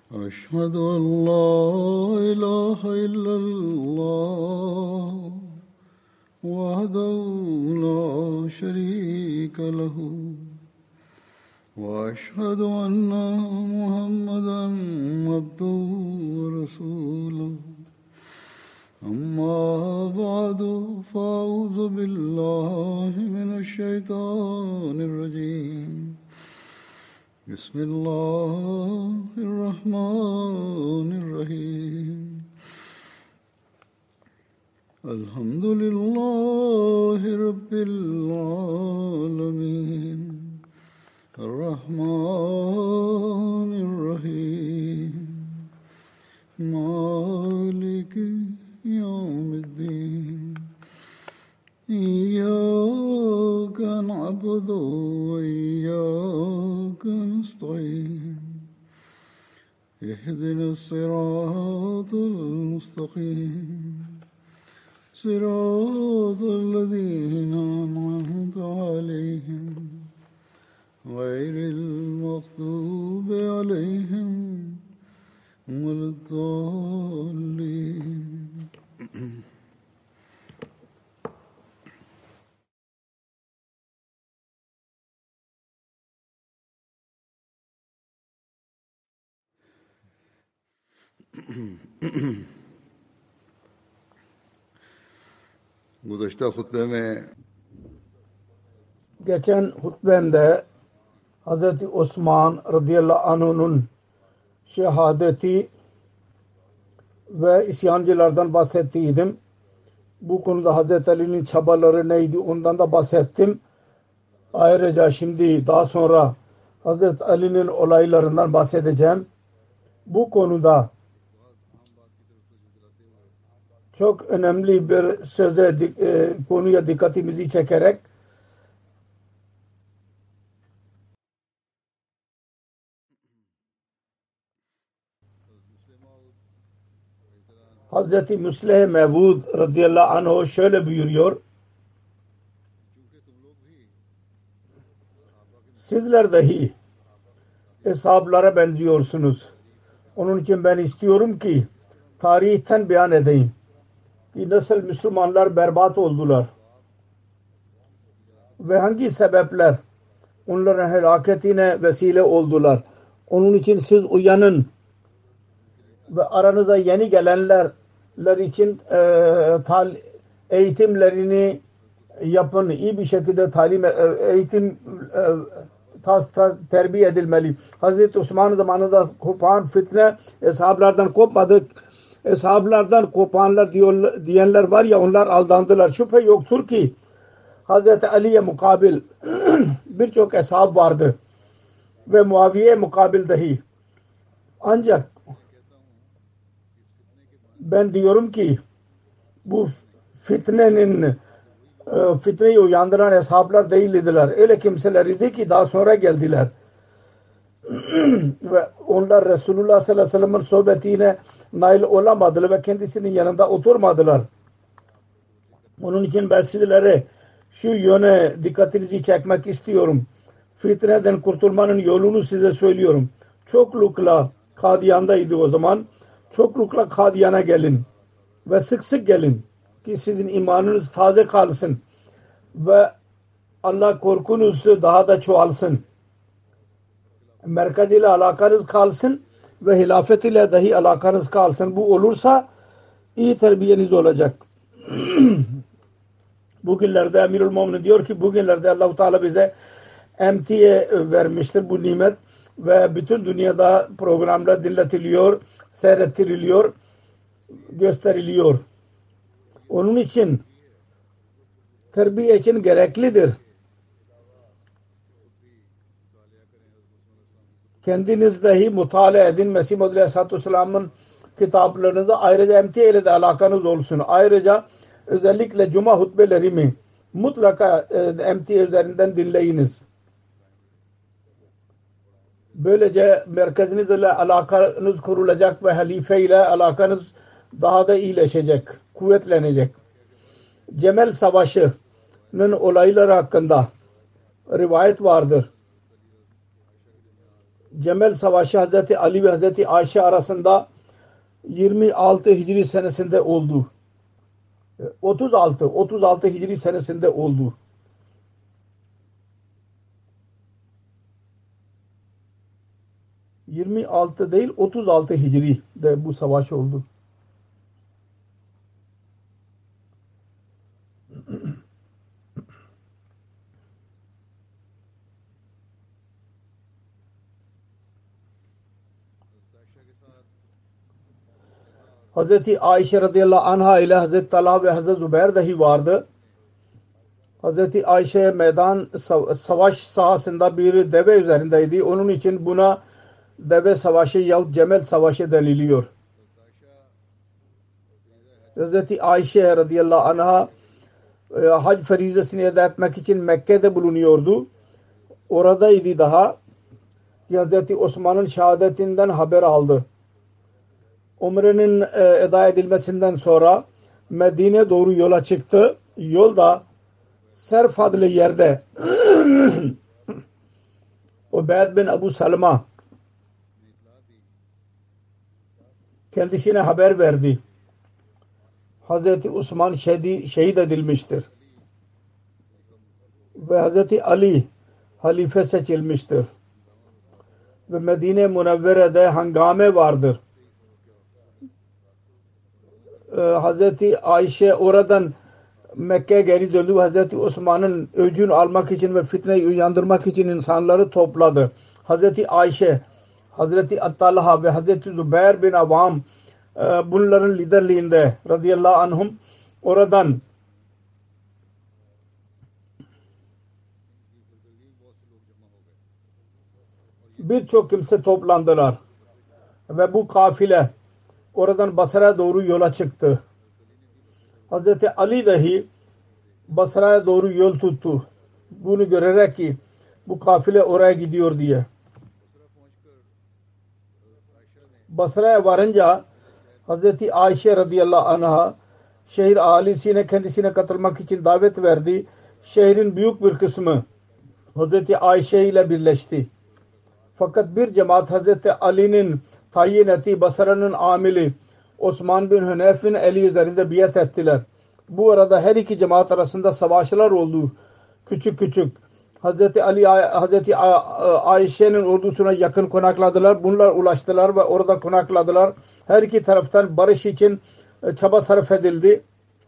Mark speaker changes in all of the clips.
Speaker 1: أشهد أن لا إله إلا الله وحده لا شريك له وأشهد أن محمدا عبده ورسوله أما بعد فأعوذ بالله من الشيطان الرجيم بسم الله الرحمن الرحيم الحمد لله رب العالمين الرحمن الرحيم مالك يوم الدين إياك نعبد وإياك نستعين اهدنا الصراط المستقيم صراط الذين أنعمت عليهم غير المغضوب عليهم ولا الضالين गुज़श्ता खुतबे में
Speaker 2: Geçen hutbemde Hz. Osman radıyallahu anh'un şehadeti ve isyancılardan bahsettiydim. Bu konuda Hz. Ali'nin çabaları neydi ondan da bahsettim. Ayrıca şimdi daha sonra Hz. Ali'nin olaylarından bahsedeceğim. Bu konuda çok önemli bir konuya dikkatimizi çekerek Hz. Müslih Mevud radıyallahu anh şöyle buyuruyor. Sizler dahi eshablara benziyorsunuz. Onun için ben istiyorum ki tarihten beyan edeyim ki nasıl Müslümanlar berbat oldular ve hangi sebepler onların helaketine vesile oldular. Onun için siz uyanın ve aranıza yeni gelenler için eğitimlerini yapın. İyi bir şekilde eğitim terbiye edilmeli. Hazreti Osman zamanında kopan fitne eshablardan kopmadık. Eshablardan kopanlar diyenler var ya onlar aldandılar. Şüphe yoktur ki Hazreti Ali'ye mukabil birçok eshab vardı ve Muaviye'ye mukabil dahi. Ancak ben diyorum ki bu fitneyi uyandıran eshablar değildiler. Öyle kimseler idi ki daha sonra geldiler. Ve onlar Resulullah sallallahu aleyhi ve sellem'in sohbetine nail olamadılar ve kendisinin yanında oturmadılar. Onun için ben sizlere şu yöne dikkatinizi çekmek istiyorum. Fitneden kurtulmanın yolunu size söylüyorum. Çoklukla Kadiyan'daydı o zaman. Çoklukla Kadiyan'a gelin ve sık sık gelin ki sizin imanınız taze kalsın ve Allah korkunuz daha da çoğalsın. Merkez ile alakanız kalsın ve hilafet ile dahi alakanız kalsın. Bu olursa iyi terbiyeniz olacak. Bugünlerde Emirül Müminin diyor ki bugünlerde Allah-u Teala bize emtiye vermiştir bu nimet ve bütün dünyada programlar dinletiliyor, seyrettiriliyor, gösteriliyor. Onun için terbiye için gereklidir. Kendiniz dahi mutala edin. Mesih Muhammed Aleyhisselatü Vesselam'ın kitaplarınızda ayrıca emtiye ile de alakanız olsun. Ayrıca özellikle cuma hutbelerimi mutlaka emtiye üzerinden dinleyiniz. Böylece merkeziniz ile alakanız kurulacak ve halife ile alakanız daha da iyileşecek, kuvvetlenecek. Cemel Savaşı'nın olayları hakkında rivayet vardır. Cemel Savaşı Hazreti Ali ve Hazreti Ayşe arasında 26 Hicri senesinde oldu. 36 Hicri senesinde oldu. 26 değil 36 Hicri'de bu savaş oldu. Hazreti Ayşe radıyallahu anha ile Hazreti Talha ve Hazreti Zübeyir dahi vardı. Hazreti Ayşe meydan savaş sahasında bir deve üzerindeydi. Onun için buna deve savaşı yahut Cemel savaşı deniliyor. Hazreti Ayşe radıyallahu anha hac ferizesini eda etmek için Mekke'de bulunuyordu. Oradaydı daha. Hazreti Osman'ın şehadetinden haber aldı. Umre'nin eda edilmesinden sonra Medine doğru yola çıktı. Yolda Serf adlı yerde Ubeyd bin Ebu Salma kendisine haber verdi. Hazreti Osman şehit edilmiştir. Ve Hazreti Ali halife seçilmiştir. Ve Medine Münevvere'de hangame vardır. Hazreti Ayşe oradan Mekke'ye geri döndü. Hazreti Osman'ın öcünü almak için ve fitneyi uyandırmak için insanları topladı. Hazreti Ayşe, Hazreti Talha ve Hazreti Zübeyir bin Avvam bunların liderliğinde radıyallahu anhum oradan birçok kimse toplandılar. Ve bu kafile oradan Basra'ya doğru yola çıktı. Hazreti Ali dahi Basra'ya doğru yol tuttu. Bunu görerek ki bu kafile oraya gidiyor diye. Basra'ya varınca Hazreti Ayşe radıyallahu anha şehir ahalisine kendisine katılmak için davet verdi. Şehrin büyük bir kısmı Hazreti Ayşe ile birleşti. Fakat bir cemaat Hazreti Ali'nin tayin ettiği Basra'nın amili Osman bin Huneyf'in eli üzerinde biat ettiler. Bu arada her iki cemaat arasında savaşlar oldu. Küçük küçük. Hazreti Ali, Hazreti Ayşe'nin ordusuna yakın konakladılar. Bunlar ulaştılar ve orada konakladılar. Her iki taraftan barış için çaba sarf edildi.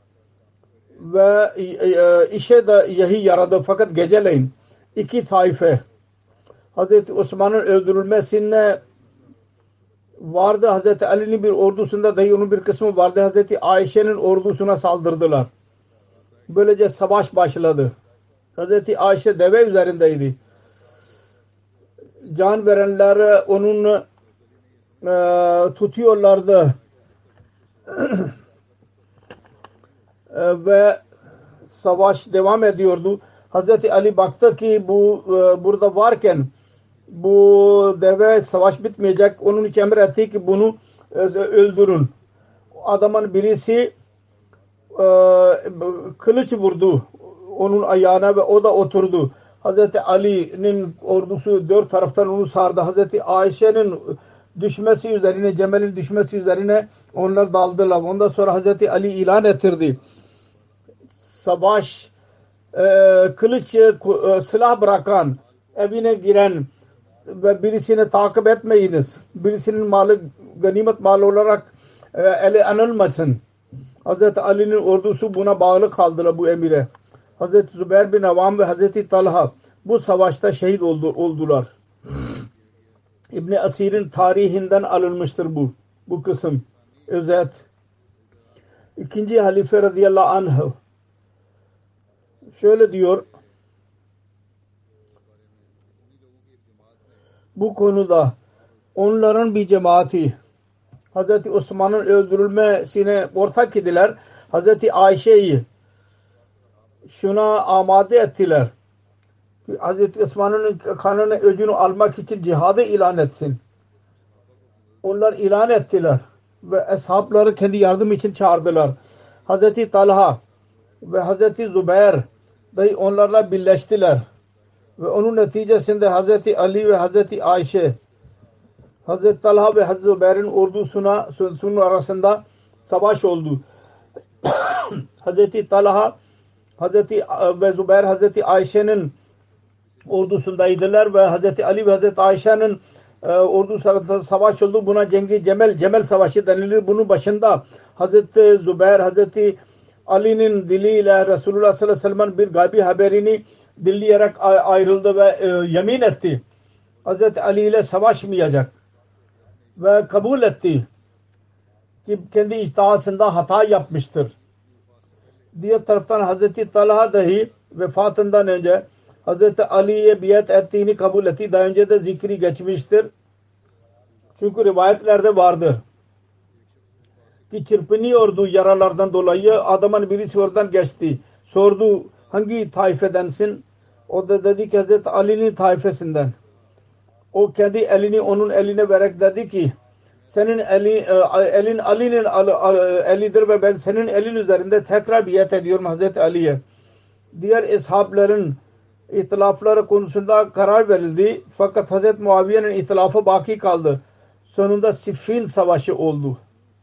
Speaker 2: Ve işe de yahi yaradı. Fakat geceleyin iki taife Hazreti Osman'ın öldürülmesine vardı. Hazreti Ali'nin bir ordusunda dahi onun bir kısmı vardı. Hazreti Ayşe'nin ordusuna saldırdılar. Böylece savaş başladı. Hazreti Ayşe deve üzerindeydi. Can verenler onun tutuyorlardı. Ve savaş devam ediyordu. Hazreti Ali baktı ki bu burada varken bu deve savaş bitmeyecek. Onun için emretti ki bunu öldürün. Adamın birisi kılıç vurdu onun ayağına ve o da oturdu. Hazreti Ali'nin ordusu dört taraftan onu sardı. Hazreti Ayşe'nin düşmesi üzerine, Cemel'in düşmesi üzerine onlar daldılar. Ondan sonra Hazreti Ali ilan ettirdi. Savaş kılıç silah bırakan, evine giren ve birisini takip etmeyiniz. Birisinin malı ganimet malı olarak ele anılmasın. Hazreti Ali'nin ordusu buna bağlı kaldılar bu emire. Hazreti Zübeyir bin Avvam ve Hazreti Talha bu savaşta şehit oldular. İbn Asir'in tarihinden alınmıştır bu kısım. Özet. İkinci halife radıyallahu anh şöyle diyor. Bu konuda onların bir cemaati Hazreti Osman'ın öldürülmesine ortak idiler. Hazreti Ayşe'yi şuna amade ettiler. Hazreti Osman'ın kanını öcünü almak için cihadı ilan etsin. Onlar ilan ettiler ve ashabları kendi yardım için çağırdılar. Hazreti Talha ve Hazreti Zübeyir dahi onlarla birleştiler ve onun neticesinde Hazreti Ali ve Hazreti Ayşe Hazreti Talha ve Hazreti Zübeyir'in ordusunun arasında savaş oldu. Hazreti Talha ve Zübeyir Hazreti Ayşe'nin ordusundaydılar ve Hazreti Ali ve Hazreti Ayşe'nin ordusu arasında savaş oldu. Buna Cengi Cemel Savaşı denilir. Bunun başında Hazreti Zübeyir Hazreti Ali'nin diliyle Resulullah sallallahu aleyhi ve sellem'in bir gaybi haberini dinleyerek ayrıldı ve yemin etti. Hazreti Ali ile savaşmayacak ve kabul etti ki kendi içtihatında hata yapmıştır. Diğer taraftan Hazreti Talha dahi vefatından önce Hazreti Ali'ye biat ettiğini kabul etti. Daha önce de zikri geçmiştir. Çünkü rivayetlerde vardır ki çırpınıyordu yaralardan dolayı. Adamın birisi oradan geçti. Sordu hangi taifedensin? O da dedi ki Hazreti Ali'nin taifesinden. O kendi elini onun eline vererek dedi ki senin elin Ali'nin elidir ve ben senin elin üzerinde tekrar biat ediyorum Hazreti Ali'ye. Diğer eshabların ihtilafları konusunda karar verildi. Fakat Hazreti Muaviye'nin ihtilafı baki kaldı. Sonunda Siffin Savaşı oldu.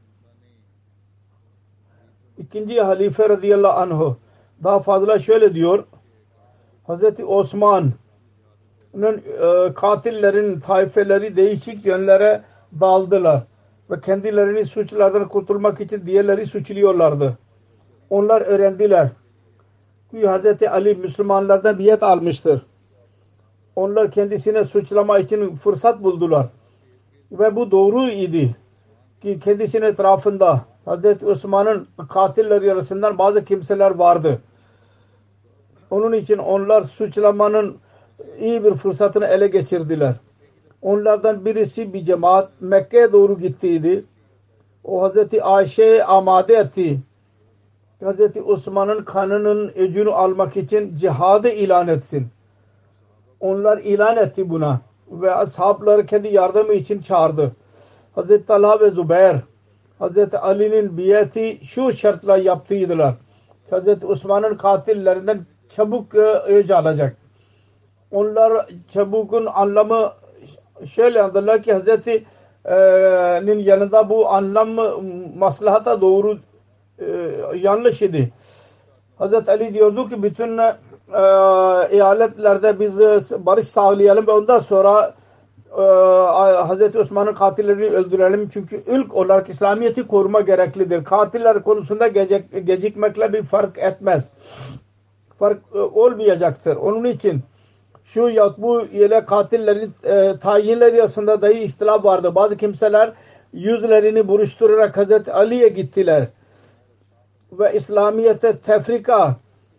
Speaker 2: İkinci halife radıyallahu anh daha fazla şöyle diyor. Hazreti Osman'ın katillerin taifeleri değişik yönlere dağıldılar ve kendilerini suçlardan kurtulmak için diğerleri suçluyorlardı. Onlar öğrendiler ki Hazreti Ali Müslümanlardan biat almıştır. Onlar kendisine suçlama için fırsat buldular ve bu doğru idi ki kendisinin etrafında Hazreti Osman'ın katilleri arasından bazı kimseler vardı. Onun için onlar suçlamanın iyi bir fırsatını ele geçirdiler. Onlardan birisi bir cemaat Mekke'ye doğru gittiydi. O Hazreti Ayşe'ye amade etti. Hazreti Osman'ın kanının öcünü almak için cihadı ilan etsin. Onlar ilan etti buna ve ashabları kendi yardımı için çağırdı. Hazreti Talha ve Zübeyir Hazreti Ali'nin biati şu şartla yaptıydılar. Hazreti Osman'ın katillerinden çabuk öc alacak. Onlar çabukun anlamı şöyle anladılar ki Hazreti'nin yanında bu anlam maslahata doğru yanlış idi. Hazreti Ali diyordu ki bütün eyaletlerde biz barış sağlayalım ve ondan sonra Hazreti Osman'ın katillerini öldürelim. Çünkü ilk olarak İslamiyet'i koruma gereklidir. Katiller konusunda gecikmekle bir fark etmez. Fark olmayacaktır. Onun için şu bu ile katillerin tayinleri arasında dahi ihtilaf vardı. Bazı kimseler yüzlerini buruşturarak Hazreti Ali'ye gittiler. Ve İslamiyet'e tefrika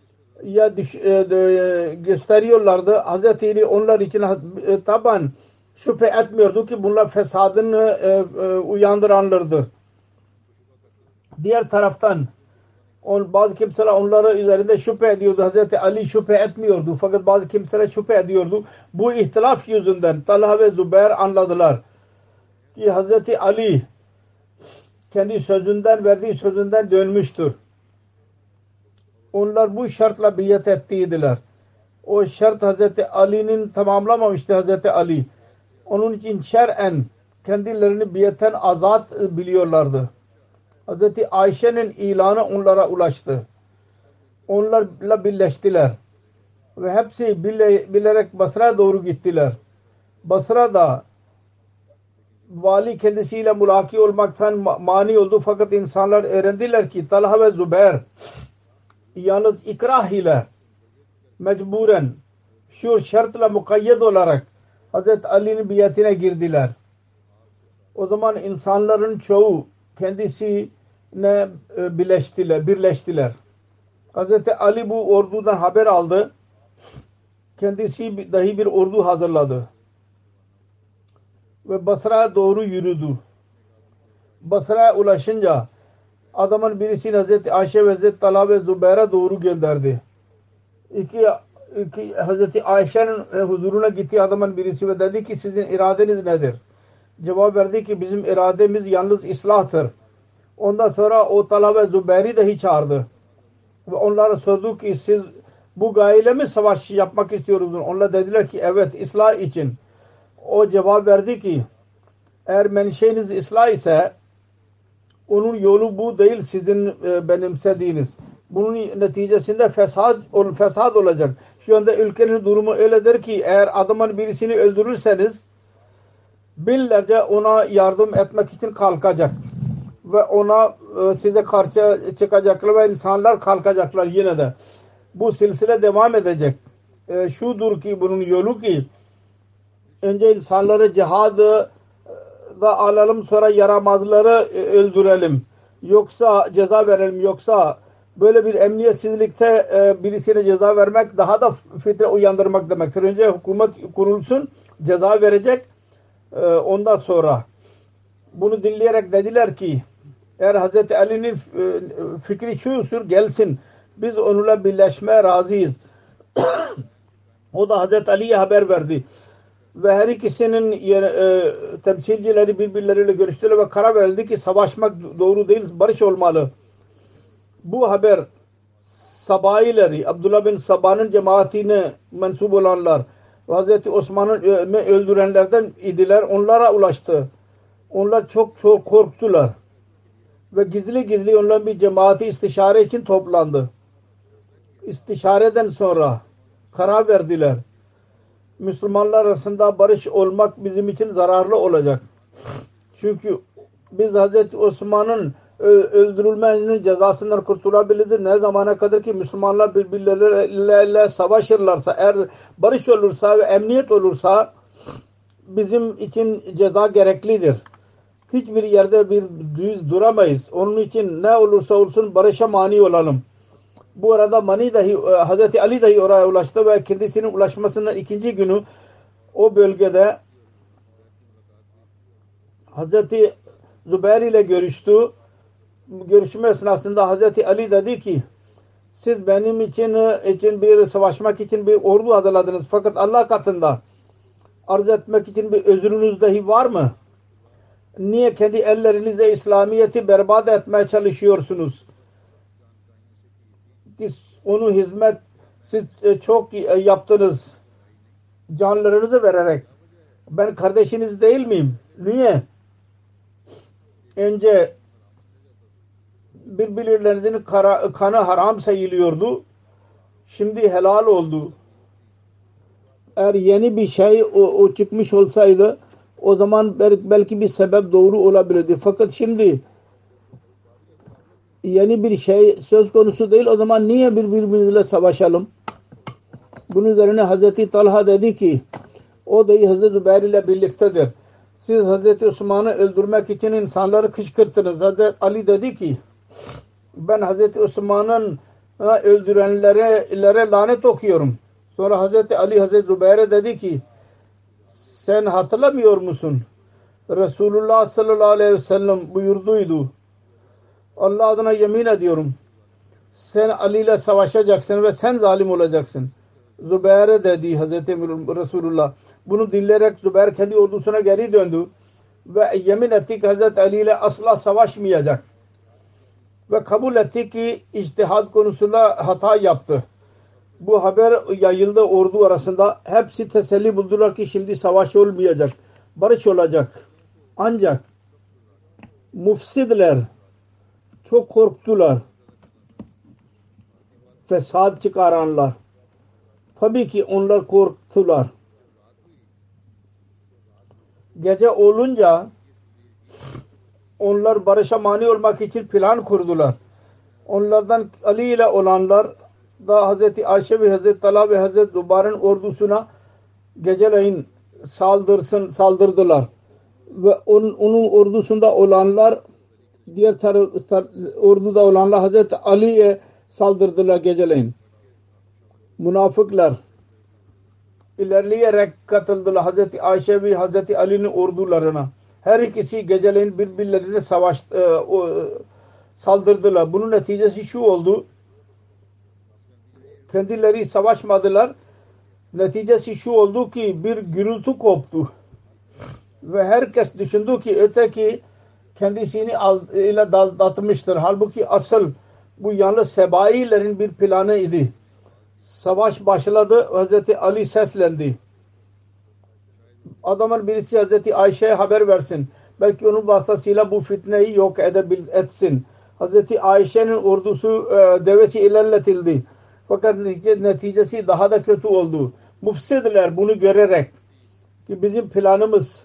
Speaker 2: gösteriyorlardı. Hazreti Ali onlar için taban şüphe etmiyordu ki bunlar fesadını uyandıranlardır. Diğer taraftan bazı kimseler onları üzerinde şüphe ediyordu. Hazreti Ali şüphe etmiyordu. Fakat bazı kimseler şüphe ediyordu. Bu ihtilaf yüzünden Talha ve Zübeyir anladılar ki Hazreti Ali kendi verdiği sözünden dönmüştür. Onlar bu şartla biat ettiydiler. O şart Hazreti Ali'nin tamamlamamıştı Hazreti Ali. Onun için şer'en kendilerini biatten azat biliyorlardı. Hazreti Ayşe'nin ilanı onlara ulaştı. Onlarla birleştiler. Ve hepsi bilerek Basra'ya doğru gittiler. Basra'da vali kendisiyle mülaki olmaktan mani oldu. Fakat insanlar öğrendiler ki Talha ve Zübeyir yalnız ikrah ile mecburen şu şartla mukayyet olarak Hazreti Ali'nin biatine girdiler. O zaman insanların çoğu kendisine birleştiler. Hazreti Ali bu ordudan haber aldı. Kendisi dahi bir ordu hazırladı. Ve Basra'ya doğru yürüdü. Basra'ya ulaşınca adamın birisini Hazreti Ayşe ve Hazreti Talha ve Zübeyir'e doğru gönderdi. Hazreti Ayşe'nin huzuruna gitti adamın birisi ve dedi ki sizin iradeniz nedir? Cevap verdi ki bizim irademiz yalnız islahtır. Ondan sonra o Talha ve Zübeyir'i dahi çağırdı. Ve onlara sordu ki siz bu gayeyle mi savaş yapmak istiyorsunuz? Onlar dediler ki evet ıslah için. O cevap verdi ki eğer menşeiniz ıslah ise onun yolu bu değil sizin benimsediğiniz. Bunun neticesinde fesat olacak. Şu anda ülkenin durumu öyledir ki eğer adamın birisini öldürürseniz binlerce ona yardım etmek için kalkacak. Ve ona size karşı çıkacaklar ve insanlar kalkacaklar yine de. Bu silsile devam edecek. Şudur ki bunun yolu ki önce insanları cihadı da alalım sonra yaramazları öldürelim. Yoksa ceza verelim. Yoksa böyle bir emniyetsizlikte birisine ceza vermek daha da fitne uyandırmak demektir. Önce hükümet kurulsun, ceza verecek. Ondan sonra bunu dinleyerek dediler ki eğer Hz. Ali'nin fikri şudur gelsin. Biz onunla birleşmeye razıyız. O da Hz. Ali'ye haber verdi. Ve her ikisinin temsilcileri birbirleriyle görüştüler ve karar verildi ki savaşmak doğru değil, barış olmalı. Bu haber Sabayileri, Abdullah bin Sabah'ın cemaatine mensup olanlar ve Hz. Osman'ın öldürenlerden idiler. Onlara ulaştı. Onlar çok korktular. Ve gizli gizli onların bir cemaati istişare için toplandı. İstişareden sonra karar verdiler. Müslümanlar arasında barış olmak bizim için zararlı olacak. Çünkü biz Hz. Osman'ın öldürülmenin cezasından kurtulabiliriz. Ne zamana kadar ki Müslümanlar birbirleriyle savaşırlarsa, eğer barış olursa ve emniyet olursa bizim için ceza gereklidir. Hiçbir yerde bir düz duramayız. Onun için ne olursa olsun barışa mani olalım. Bu arada Hz. Ali dahi oraya ulaştı ve kendisinin ulaşmasının ikinci günü o bölgede Hz. Zübeyir ile görüştü. Görüşme esnasında Hz. Ali dedi ki siz benim için bir savaşmak için bir ordu hazırladınız. Fakat Allah katında arz etmek için bir özrünüz dahi var mı? Niye kendi ellerinizle İslamiyet'i berbat etmeye çalışıyorsunuz? Onu hizmet siz çok yaptınız. Canlarınızı vererek. Ben kardeşiniz değil miyim? Niye? Önce birbirlerinizin kanı haram sayılıyordu. Şimdi helal oldu. Eğer yeni bir şey o çıkmış olsaydı o zaman belki bir sebep doğru olabilirdi. Fakat şimdi yeni bir şey söz konusu değil. O zaman niye birbirimizle savaşalım? Bunun üzerine Hz. Talha dedi ki o dahi Hz. Zübeyir ile birliktedir. Siz Hz. Osman'ı öldürmek için insanları kışkırttınız. Hz. Ali dedi ki ben Hz. Osman'ın öldürenlere lanet okuyorum. Sonra Hz. Ali Hz. Zübeyir'e dedi ki sen hatırlamıyor musun? Resulullah sallallahu aleyhi ve sellem buyurduydu. Allah adına yemin ediyorum. Sen Ali ile savaşacaksın ve sen zalim olacaksın. Zübeyir'e dedi Hazreti Resulullah. Bunu dinleyerek Zübeyir kendi ordusuna geri döndü. Ve yemin etti ki Hazreti Ali ile asla savaşmayacak. Ve kabul etti ki ictihad konusunda hata yaptı. Bu haber yayıldı ordu arasında. Hepsi teselli buldular ki şimdi savaş olmayacak. Barış olacak. Ancak mufsidler çok korktular. Fesat çıkaranlar. Tabii ki onlar korktular. Gece olunca onlar barışa mani olmak için plan kurdular. Onlardan Ali ile olanlar da Hazreti Ayşe ve Hazreti Talha ve Hazreti Zübeyir'in ordusuna geceleyin saldırdılar. Ve onun ordusunda olanlar diğer orduda olanlar Hazreti Ali'ye saldırdılar geceleyin. Münafıklar ilerleyerek katıldılar Hazreti Ayşe ve Hazreti Ali'nin ordularına. Her ikisi geceleyin birbirlerine saldırdılar. Bunun neticesi şu oldu. Kendileri savaşmadılar. Neticesi şu oldu ki bir gürültü koptu. Ve herkes düşündü ki öteki kendisini ile daldatmıştır. Halbuki asıl bu yalnız Sebailerin bir planı idi. Savaş başladı. Hazreti Ali seslendi. adamın birisi Hazreti Ayşe'ye haber versin. Belki onun vasıtasıyla bu fitneyi yok etsin. Hazreti Ayşe'nin ordusu devesi ilerletildi. Fakat neticesi daha da kötü oldu. Mufsidler bunu görerek ki bizim planımız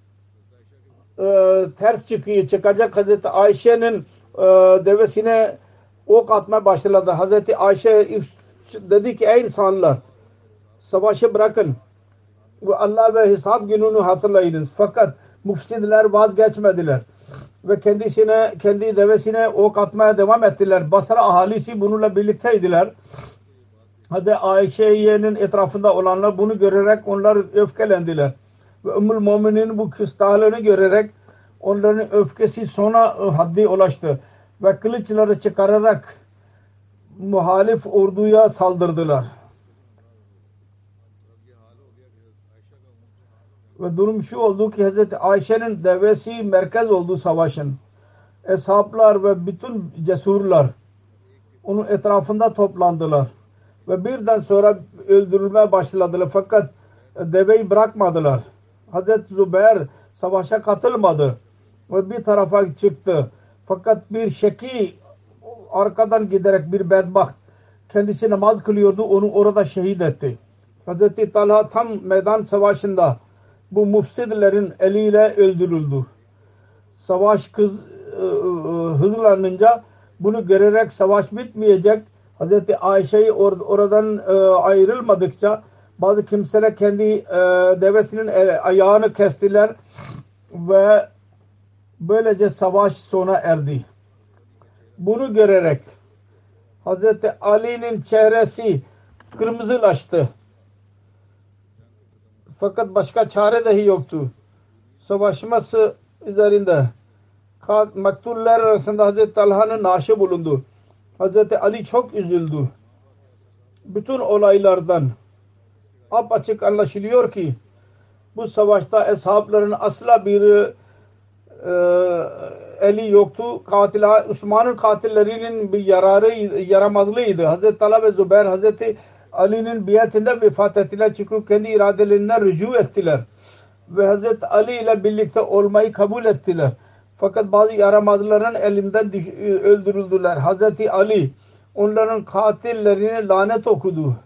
Speaker 2: ters çıkacak. Hazreti Ayşe'nin devesine ok atmaya başladı. Hazreti Ayşe dedi ki ey insanlar, savaşı bırakın ve Allah ve hesap gününü hatırlayınız. Fakat mufsidler vazgeçmediler ve kendi devesine ok atmaya devam ettiler. Basra ahalisi bununla birlikteydiler. Hazreti Ayşe'nin etrafında olanlar bunu görerek onlar öfkelendiler. Ve Ümmül Mu'minin bu küstahlığını görerek onların öfkesi sona haddi ulaştı. Ve kılıçları çıkararak muhalif orduya saldırdılar. Ve durum şu oldu ki Hazreti Ayşe'nin devesi merkez oldu savaşın. Eshaplar ve bütün cesurlar onun etrafında toplandılar. Ve birden sonra öldürülmeye başladılar. Fakat deveyi bırakmadılar. Hazreti Zübeyir savaşa katılmadı. Ve bir tarafa çıktı. Fakat bir şeki arkadan giderek bir bedbaht kendisi namaz kılıyordu. Onu orada şehit etti. Hazreti Talha tam meydan savaşında bu mufsidlerin eliyle öldürüldü. Savaş hızlanınca bunu görerek savaş bitmeyecek. Hazreti Ayşe'yi oradan ayrılmadıkça bazı kimseler kendi devesinin ayağını kestiler ve böylece savaş sona erdi. Bunu görerek Hazreti Ali'nin çehresi kırmızılaştı. Fakat başka çare dahi yoktu. Savaşması üzerinde maktuller arasında Hazreti Talha'nın naaşı bulundu. Hazreti Ali çok üzüldü. Bütün olaylardan apaçık anlaşılıyor ki bu savaşta eshabların asla bir eli yoktu. Osman'ın katillerinin bir yaramazlığıydı. Hazreti Talha ve Zübeyir Hazreti Ali'nin biatinde vefat ettiler. Çünkü kendi iradelerinden rücu ettiler. Ve Hazreti Ali ile birlikte olmayı kabul ettiler. Fakat bazı yaramazların elinden öldürüldüler. Hazreti Ali onların katillerine lanet okudu.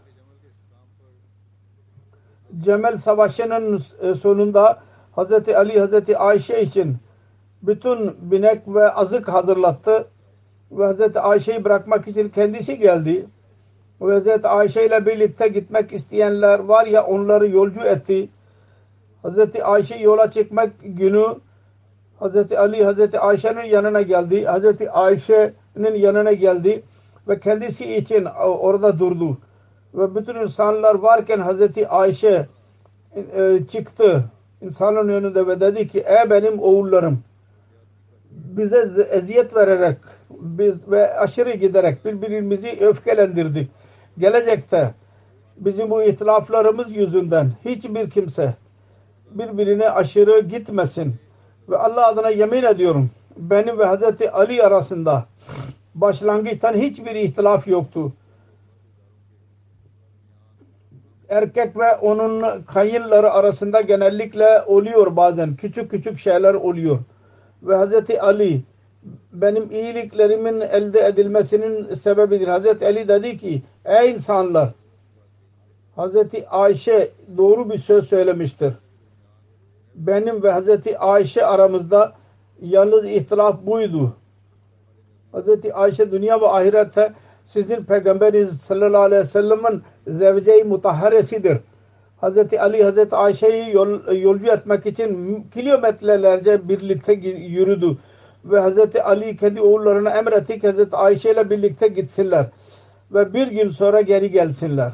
Speaker 2: Cemel Savaşı'nın sonunda Hazreti Ali Hazreti Ayşe için bütün binek ve azık hazırlattı. Ve Hazreti Ayşe'yi bırakmak için kendisi geldi. Ve Hazreti Ayşe ile birlikte gitmek isteyenler var ya onları yolcu etti. Hazreti Ayşe yola çıkmak günü Hazreti Ali Hazreti Ayşe'nin yanına geldi. Hazreti Ayşe'nin yanına geldi ve kendisi için orada durdu. Ve bütün insanlar varken Hazreti Ayşe çıktı insanların önünde ve dedi ki ey benim oğullarım, bize eziyet vererek ve aşırı giderek birbirimizi öfkelendirdik. Gelecekte bizim bu ihtilaflarımız yüzünden hiçbir kimse birbirine aşırı gitmesin. Ve Allah adına yemin ediyorum benim ve Hazreti Ali arasında başlangıçtan hiçbir ihtilaf yoktu. Erkek ve onun kayınları arasında genellikle oluyor bazen. Küçük küçük şeyler oluyor. Ve Hazreti Ali benim iyiliklerimin elde edilmesinin sebebidir. Hazreti Ali dedi ki ey insanlar, Hazreti Ayşe doğru bir söz söylemiştir. Benim ve Hazreti Ayşe aramızda yalnız ihtilaf buydu. Hazreti Ayşe dünya ve ahirette sizin Peygamberiniz sallallahu aleyhi ve sellem'in zevce-i mutahharesidir. Hazreti Ali Hazreti Ayşe'yi yolcu etmek için kilometrelerce birlikte yürüdü. Ve Hazreti Ali kendi oğullarına emretti ki Hazreti Ayşe ile birlikte gitsinler. Ve bir gün sonra geri gelsinler.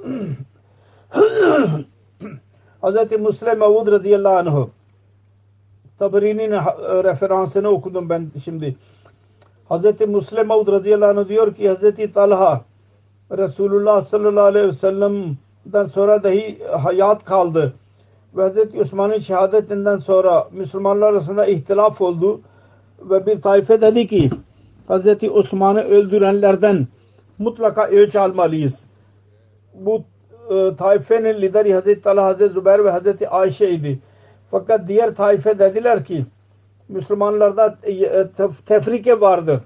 Speaker 2: Hazreti Müslim Mevud radıyallahu anh Taberi'nin referansını okudum ben şimdi. Hazreti Müslim Mevud radıyallahu anh diyor ki Hazreti Talha Resulullah sallallahu aleyhi ve sellem'den sonra dahi hayat kaldı. Ve Hazreti Osman'ın şehadetinden sonra Müslümanlar arasında ihtilaf oldu. Ve bir taife dedi ki Hazreti Osman'ı öldürenlerden mutlaka ölçü almalıyız. Bu taifenin lideri Hazreti Talha, Hazreti Zübeyir ve Hazreti Ayşe idi. Fakat diğer taife dediler ki Müslümanlarda tefrike vardır.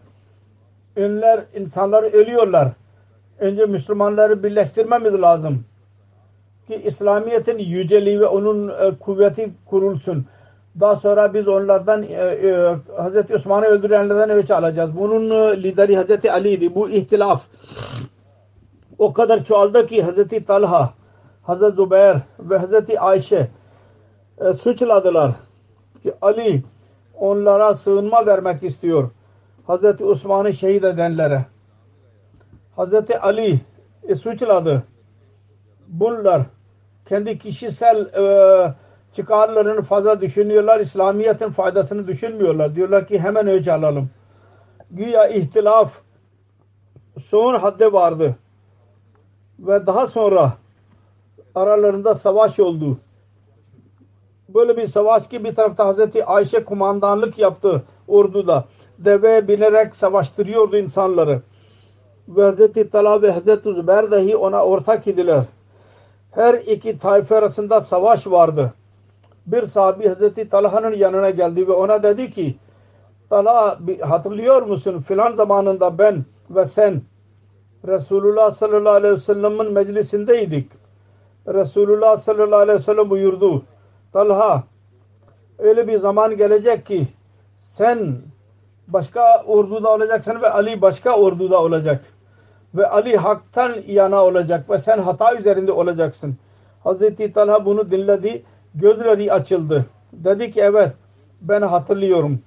Speaker 2: İnsanlar ölüyorlar. Önce Müslümanları birleştirmemiz lazım ki İslamiyet'in yüceliği ve onun kuvveti kurulsun. Daha sonra biz onlardan Hazreti Osman'ı öldürenlerden ölçü alacağız. Bunun lideri Hazreti Ali'ydi. Bu ihtilaf o kadar çoğaldı ki Hazreti Talha, Hazreti Zübeyir ve Hazreti Ayşe suçladılar ki Ali onlara sığınma vermek istiyor. Hazreti Osman'ı şehit edenlere. Hazreti Ali suçladı. Bunlar kendi kişisel çıkarlarını fazla düşünüyorlar. İslamiyet'in faydasını düşünmüyorlar. Diyorlar ki hemen ölçü alalım. Güya ihtilaf son hadde vardı. Ve daha sonra aralarında savaş oldu. Böyle bir savaş ki bir tarafta Hazreti Ayşe kumandanlık yaptı orduda. Deve binerek savaştırıyordu insanları. Ve Hazreti Talha ve Hazreti Zübeyir dahi ona ortak idiler. Her iki taife arasında savaş vardı. Bir sahabi Hazreti Talha'nın yanına geldi ve ona dedi ki Talha hatırlıyor musun? Filan zamanında ben ve sen Resulullah sallallahu aleyhi ve sellem'in meclisindeydik. Resulullah sallallahu aleyhi ve sellem buyurdu. Talha öyle bir zaman gelecek ki sen başka orduda olacaksın ve Ali başka orduda olacak. Ve Ali haktan yana olacak ve sen hata üzerinde olacaksın. Hazreti Talha bunu dinledi. Gözleri açıldı. Dedi ki evet ben hatırlıyorum.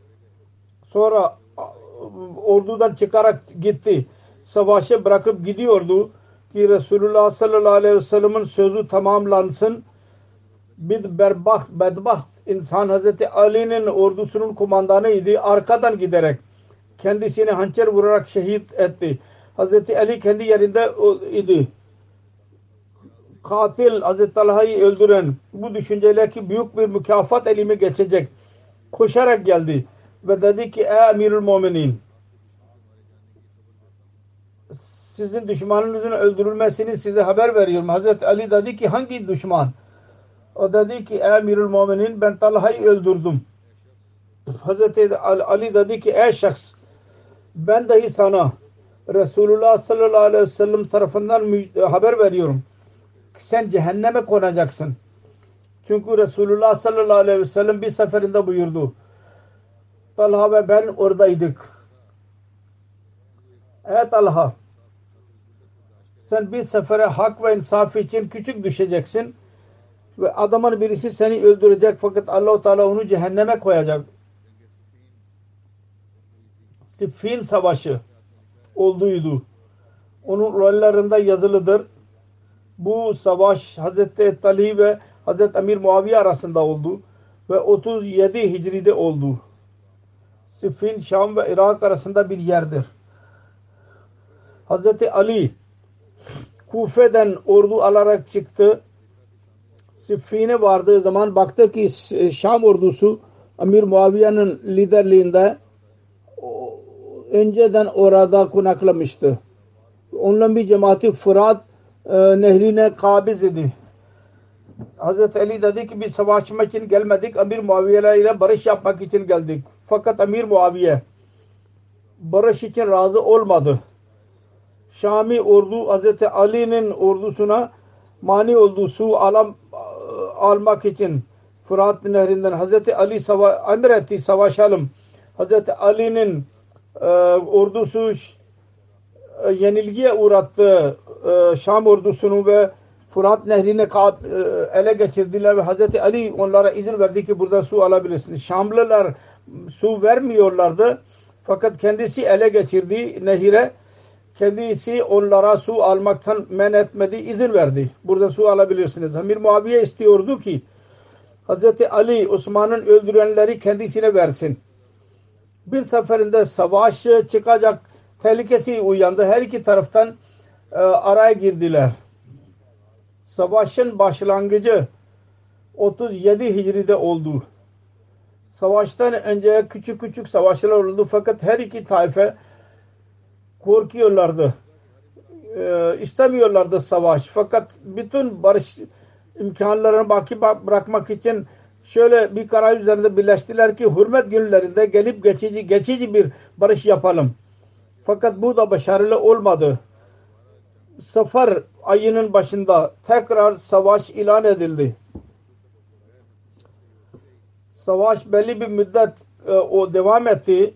Speaker 2: Sonra ordudan çıkarak gitti. Savaşı bırakıp gidiyordu ki Resulullah sallallahu aleyhi ve sellem'in sözü tamamlansın. Bir bedbaht insan Hazreti Ali'nin ordusunun kumandanıydı. Arkadan giderek kendisini hançer vurarak şehit etti. Hazreti Ali kendi yerinde idi. Katil Hazreti Talha'yı öldüren bu düşünceyle ki büyük bir mükafat elime geçecek. Koşarak geldi ve dedi ki ey Emirül Müminin sizin düşmanınızın öldürülmesini size haber veriyorum. Hazreti Ali dedi ki hangi düşman? O dedi ki ey Emirül Müminin ben Talha'yı öldürdüm. Hazreti Ali dedi ki ey şahs ben dahi sana Resulullah sallallahu aleyhi ve sellem tarafından haber veriyorum. Sen cehenneme konacaksın. Çünkü Resulullah sallallahu aleyhi ve sellem bir seferinde buyurdu. Talha ve ben oradaydık. Ey Talha sen bir sefere hak ve insaf için küçük düşeceksin ve adamın birisi seni öldürecek fakat Allah-u Teala onu cehenneme koyacak. Siffin Savaşı olduydu. Onun rollerinde yazılıdır. Bu savaş Hazreti Talhi ve Hazreti Emir Muaviye arasında oldu ve 37 Hicri'de oldu. Siffin Şam ve Irak arasında bir yerdir. Hazreti Ali Kufe'den ordu alarak çıktı. Siffin'e vardığı zaman baktı ki Şam ordusu Emir Muaviye'nin liderliğinde önceden orada konaklamıştı. Onların bir cemaati Fırat nehrine kabiz idi. Hazreti Ali dedi ki biz savaşmak için gelmedik. Emir Muaviye ile barış yapmak için geldik. Fakat Emir Muaviye barış için razı olmadı. Şami ordu Hazreti Ali'nin ordusuna mani oldu su almak için Fırat nehrinden. Hazreti Ali emretti savaşalım. Hazreti Ali'nin ordusu yenilgiye uğrattı Şam ordusunu ve Fırat nehrini ele geçirdiler ve Hazreti Ali onlara izin verdi ki burada su alabilirsiniz. Şamlılar su vermiyorlardı fakat kendisi ele geçirdi nehire. Kendisi onlara su almaktan men etmedi, izin verdi. Burada su alabilirsiniz. Emir Muaviye istiyordu ki Hazreti Ali Osman'ın öldürenleri kendisine versin. Bir seferinde savaş çıkacak tehlikesi uyandı. Her iki taraftan araya girdiler. Savaşın başlangıcı 37 Hicri'de oldu. Savaştan önce küçük küçük savaşlar oldu fakat her iki taife korkuyorlardı. istemiyorlardı savaş. Fakat bütün barış imkanlarını baki bırakmak için şöyle bir karar üzerinde birleştiler ki hürmet günlerinde gelip geçici bir barış yapalım. Fakat bu da başarılı olmadı. Safar ayının başında tekrar savaş ilan edildi. Savaş belli bir müddet o devam etti.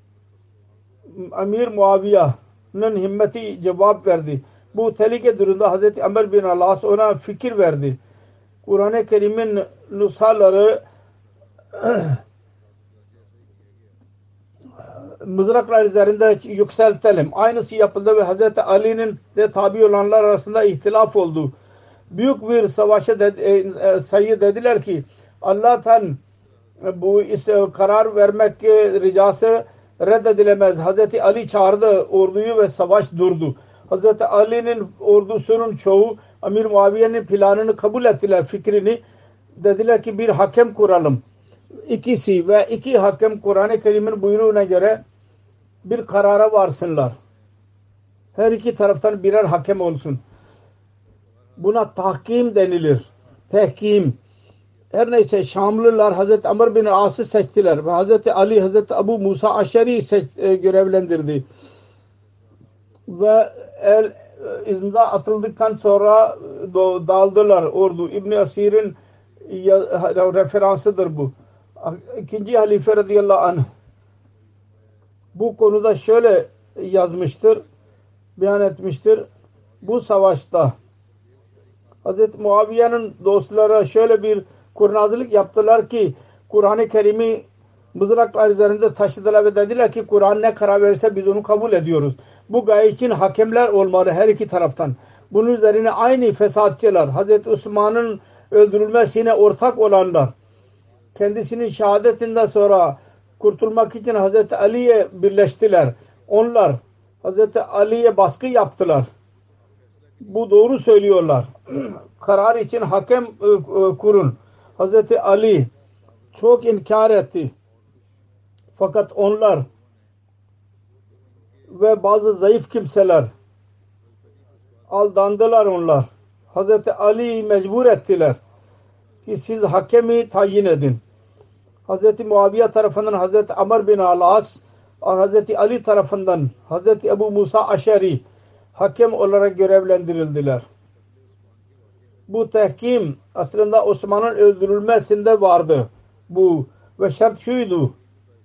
Speaker 2: Amir Muaviya'nın himmeti cevap verdi. Bu tehlike durumunda Hazreti Amr bin Alas ona fikir verdi. Kur'an-ı Kerim'in nüshaları mızraklar üzerinde yükseltelim. Aynısı yapıldı ve Hazreti Ali'nin de tabi olanlar arasında ihtilaf oldu. Büyük bir savaşa sayı dediler ki Allah'tan bu karar vermek ricası reddedilemez. Hazreti Ali çağırdı orduyu ve savaş durdu. Hazreti Ali'nin ordusunun çoğu Amir Muaviye'nin planını kabul ettiler, fikrini. Dediler ki bir hakem kuralım. İkisi ve iki hakem Kur'an-ı Kerim'in buyruğuna göre bir karara varsınlar. Her iki taraftan birer hakem olsun. Buna tahkim denilir. Tehkim. Her neyse Şamlılar Hazreti Amr bin As'ı seçtiler ve Hazreti Ali Hazreti Abu Musa Aşeri'yi görevlendirdi. Ve imza atıldıktan sonra dağıldılar ordu. İbn-i Asir'in referansıdır bu. İkinci halife radıyallahu anh bu konuda şöyle yazmıştır, beyan etmiştir. Bu savaşta Hazreti Muaviye'nin dostları şöyle bir kurnazlık yaptılar ki Kur'an-ı Kerim'i mızraklar üzerinde taşıdılar ve dediler ki Kur'an ne karar verirse biz onu kabul ediyoruz. Bu gaye için hakemler olmalı her iki taraftan. Bunun üzerine aynı fesatçılar, Hazreti Osman'ın öldürülmesine ortak olanlar, kendisinin şehadetinden sonra kurtulmak için Hazreti Ali'ye birleştiler. Onlar Hazreti Ali'ye baskı yaptılar. Bu doğru söylüyorlar. Karar için hakem kurun. Hazreti Ali çok inkar etti. Fakat onlar ve bazı zayıf kimseler aldandılar onlar. Hazreti Ali'yi mecbur ettiler ki siz hakemi tayin edin. Hazreti Muaviye tarafından Hazreti Amr bin Alas ve Hazreti Ali tarafından Hazreti Ebu Musa Aşeri hakem olarak görevlendirildiler. Bu tehkim aslında Osman'ın öldürülmesinde vardı. Bu ve şart şuydu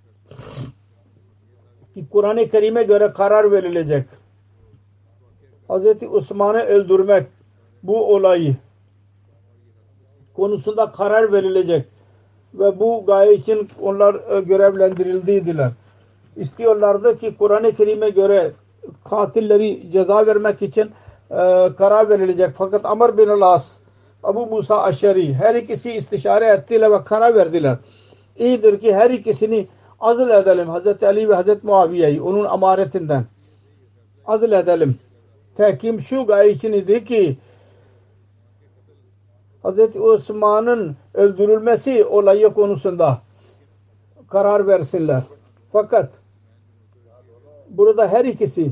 Speaker 2: ki Kur'an-ı Kerim'e göre karar verilecek. Hazreti Osman'ı öldürmek bu olayı konusunda karar verilecek ve bu gaye için onlar görevlendirildiydiler. İstiyorlardı ki Kur'an-ı Kerim'e göre katilleri ceza vermek için karar verilecek. Fakat Amr bin Alas, Abu Musa Aşeri her ikisi istişare ettiler ve karar verdiler. İyidir ki her ikisini azl edelim. Hazreti Ali ve Hazreti Muaviye'yi onun amaretinden azl edelim. Tehkim şu gaye için idi ki Hazreti Osman'ın öldürülmesi olayı konusunda karar versinler. Fakat burada her ikisi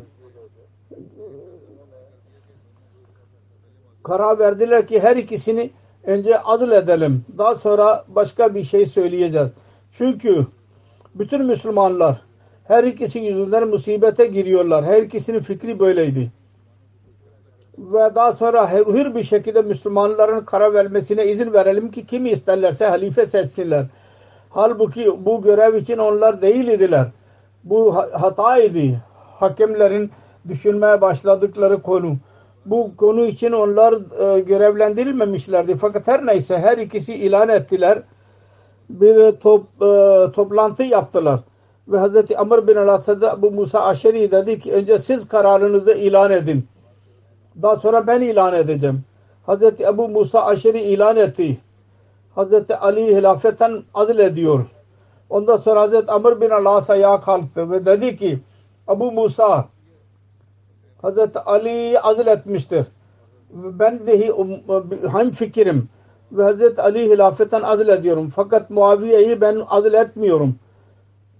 Speaker 2: karar verdiler ki her ikisini önce azl edelim. Daha sonra başka bir şey söyleyeceğiz. Çünkü bütün Müslümanlar her ikisi yüzünden musibete giriyorlar. Her ikisinin fikri böyleydi. Ve daha sonra hür bir şekilde Müslümanların karar vermesine izin verelim ki kimi isterlerse halife seçsinler. Halbuki bu görev için onlar değil idiler. Bu hataydı. Hakemlerin düşünmeye başladıkları konu. Bu konu için onlar görevlendirilmemişlerdi. Fakat her neyse her ikisi ilan ettiler. Bir toplantı yaptılar. Ve Hazreti Amr bin Alas'da bu Musa Aşeri dedi ki önce siz kararınızı ilan edin. Daha sonra ben ilan edeceğim. Hazreti Ebu Musa Aşeri ilan etti. Hazreti Ali hilafetten azl ediyor. Ondan sonra Hazreti Amr bin Alas ayağa kalktı ve dedi ki Ebu Musa Hazreti Ali'yi azl etmiştir. Ben de hem fikrim ve Hazreti Ali hilafetten azl ediyorum. Fakat Muaviye'yi ben azl etmiyorum.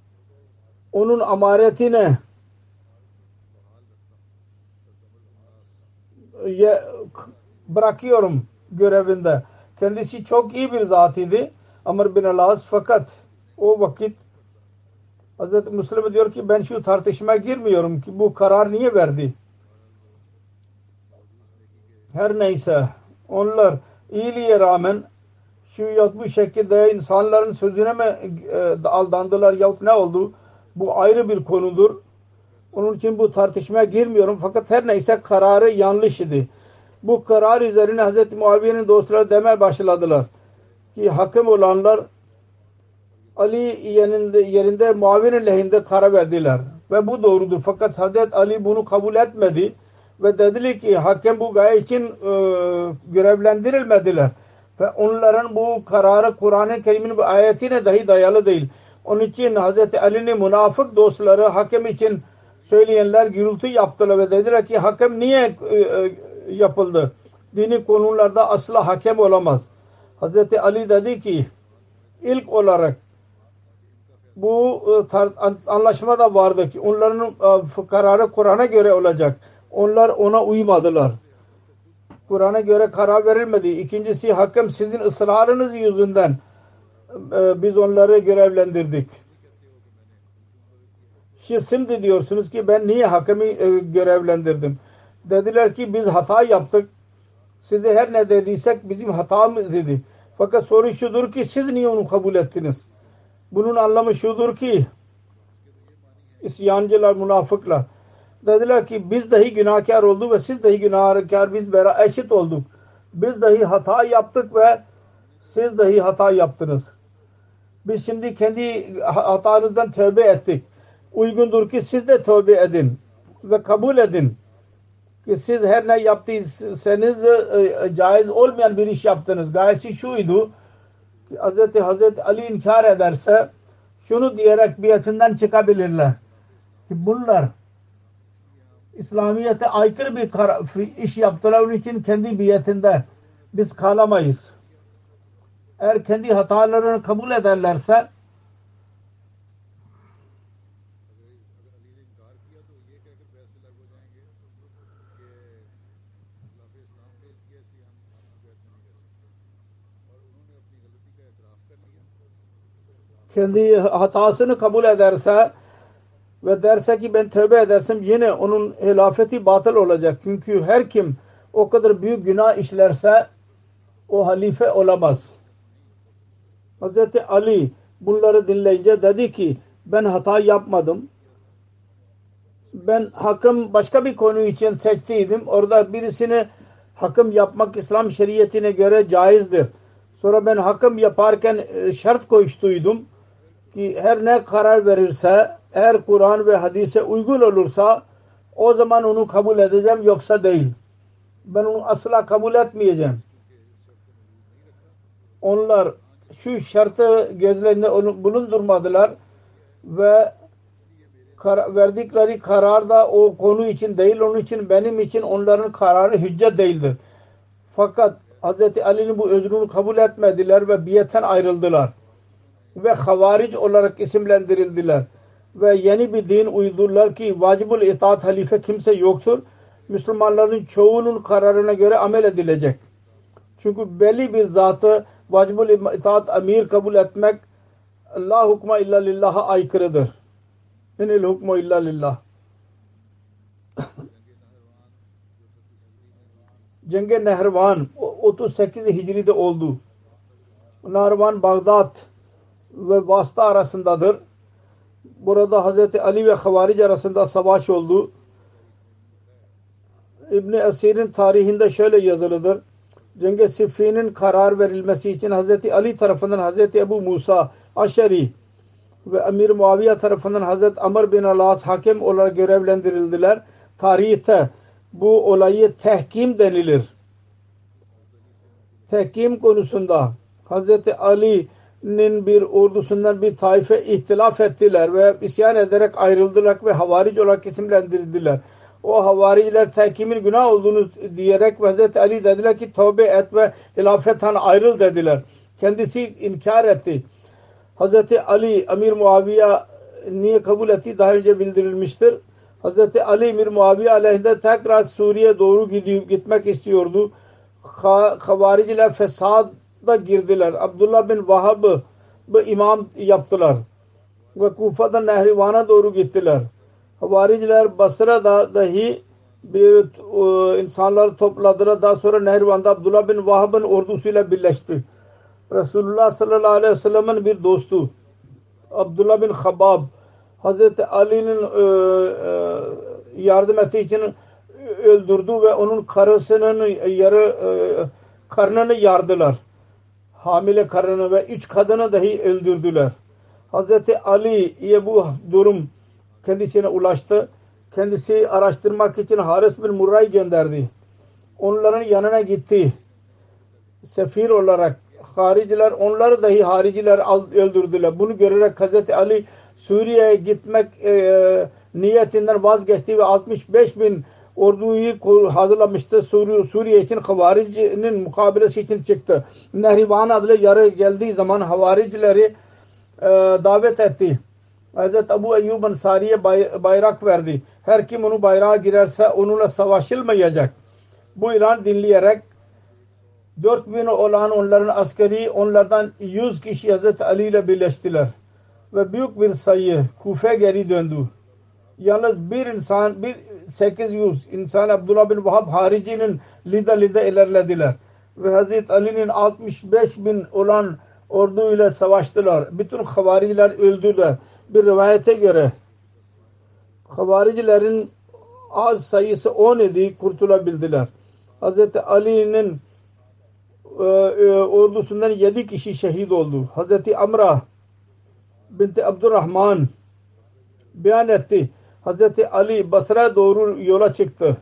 Speaker 2: Onun amaretine bırakıyorum görevinde. Kendisi çok iyi bir zat idi. Amr bin al-As, fakat o vakit Hazreti Müslim diyor ki ben şu tartışmaya girmiyorum ki bu karar niye verdi. Her neyse onlar iyiliğe rağmen şu ya bu şekilde insanların sözüne mi aldandılar yahut ne oldu? Bu ayrı bir konudur. Onun için bu tartışmaya girmiyorum. Fakat her neyse kararı yanlış idi. Bu karar üzerine Hz. Muaviye'nin dostları demeye başladılar ki hakim olanlar Ali yerinde Muaviye'nin lehinde karar verdiler. Ve bu doğrudur. Fakat Hz. Ali bunu kabul etmedi. Ve dediler ki hakem bu gaye için görevlendirilmediler. Ve onların bu kararı Kur'an-ı Kerim'in bu ayetine dahi dayalı değil. Onun için Hz. Ali'nin münafık dostları hakem için söyleyenler gürültü yaptılar ve dediler ki hakem niye yapıldı? Dini konularda asla hakem olamaz. Hz. Ali dedi ki ilk olarak bu anlaşma da vardı ki onların kararı Kur'an'a göre olacak. Onlar ona uymadılar. Kur'an'a göre karar verilmedi. İkincisi hakem sizin ısrarınız yüzünden biz onları görevlendirdik. Şimdi diyorsunuz ki ben niye hakemi görevlendirdim? Dediler ki biz hata yaptık. Size her ne dediysek bizim hatamız idi. Fakat soru şudur ki siz niye onu kabul ettiniz? Bunun anlamı şudur ki isyancılar, münafıklar dediler ki biz dahi günahkar olduk ve siz dahi günahkar, biz eşit olduk. Biz dahi hata yaptık ve siz dahi hata yaptınız. Biz şimdi kendi hatanızdan tövbe ettik. Uygundur ki siz de tövbe edin ve kabul edin ki siz her ne yaptıysanız caiz olmayan bir iş yaptınız. Gayesi şuydu ki Hz. Ali inkar ederse şunu diyerek biatinden çıkabilirler ki bunlar İslamiyet'e aykırı bir iş yaptılar. Onun için kendi biatinde biz kalamayız. Eğer kendi hatalarını kabul ederlerse kendi hatasını kabul ederse ve derse ki ben tövbe edersem yine onun hilafeti batıl olacak. Çünkü her kim o kadar büyük günah işlerse o halife olamaz. Hz. Ali bunları dinleyince dedi ki ben hata yapmadım. Ben hakim başka bir konu için seçtiydim. Orada birisini hakim yapmak İslam şeriatine göre caizdir. Sonra ben hakim yaparken şart koştuydum ki her ne karar verirse eğer Kur'an ve hadise uygun olursa o zaman onu kabul edeceğim, yoksa değil. Ben onu asla kabul etmeyeceğim. Onlar şu şartı gözlerinde bulundurmadılar ve verdikleri karar da o konu için değil. Onun için benim için onların kararı hüccet değildir. Fakat Hz. Ali'nin bu özrünü kabul etmediler ve biyetten ayrıldılar. Ve havaric olarak isimlendirildiler. Ve yeni bir din uydurlar ki vacibul itaat halife kimse yoktur. Müslümanların çoğunun kararına göre amel edilecek. Çünkü belli bir zatı vacibul itaat amir kabul etmek la hukma illa lillah'a aykırıdır. İnil hukmu illa lillah. Cengi Nehrivan 38 Hicri'de oldu. Nehrivan Bağdat ve Vasıta arasındadır. Burada Hz. Ali ve Havaric arasında savaş oldu. İbn-i Esir'in tarihinde şöyle yazılıdır. Cengi Siffin'in karar verilmesi için Hz. Ali tarafından Hz. Ebu Musa Aşeri ve Emir Muaviye tarafından Hz. Amr bin al-As hakem olarak görevlendirildiler. Tarihte bu olayı tehkim denilir. Tehkim konusunda Hz. Ali'nin bir ordusundan bir taife ihtilaf ettiler ve isyan ederek ayrıldılar ve havaric olarak isimlendirildiler. O havariciler tehkimin günah olduğunu diyerek Hz. Ali dediler ki tövbe et ve hilafetten ayrıl dediler. Kendisi inkar etti. Hz. Ali Emir Muaviye niye kabul etti daha önce bildirilmiştir. Hazreti Ali Mir Muaviye aleyhinde tekrar Suriye'ye doğru gitmek istiyordu. Havariciler fesada girdiler. Abdullah bin Vahhab'ı imam yaptılar. Ve Kufa'dan Nehrivan'a doğru gittiler. Havariciler Basra'da dahi bir insanları topladılar. Daha sonra Nehrivan'da Abdullah bin Vahhab'ın ordusuyla birleşti. Resulullah sallallahu aleyhi ve sellem'in bir dostu Abdullah bin Habab Hazreti Ali'nin yardım ettiği için öldürdü ve onun karısının karnını yardılar. Hamile karını ve 3 kadını dahi öldürdüler. Hazreti Ali'ye bu durum kendisine ulaştı. Kendisi araştırmak için Haris bin Murra'yı gönderdi. Onların yanına gitti. Sefir olarak hariciler, onları dahi hariciler öldürdüler. Bunu görerek Hazreti Ali Suriye'ye gitmek niyetinden vazgeçti ve 65 bin orduyu hazırlamıştı. Suriye için havaricinin mukabilesi için çıktı. Nehrivan adlı yere geldiği zaman havaricileri davet etti. Hazreti Ebu Eyyub Ensari'ye bayrak verdi. Her kim onu bayrağa girerse onunla savaşılmayacak. Bu ilan dinleyerek 4000 olan onların askeri, onlardan 100 kişi Hazreti Ali ile birleştiler. Ve büyük bir sayı Kufe geri döndü. Yalnız bir insan, 800 insan Abdullah bin Vahhab haricinin lider ilerlediler. Ve Hazreti Ali'nin 65 bin olan orduyla savaştılar. Bütün havariciler öldüler. Bir rivayete göre havaricilerin az sayısı 10 idi, kurtulabildiler. Hazreti Ali'nin ordusundan 7 kişi şehit oldu. Hazreti Amra binti Abdurrahman beyan etti. Hazreti Ali Basra'ya doğru yola çıktı.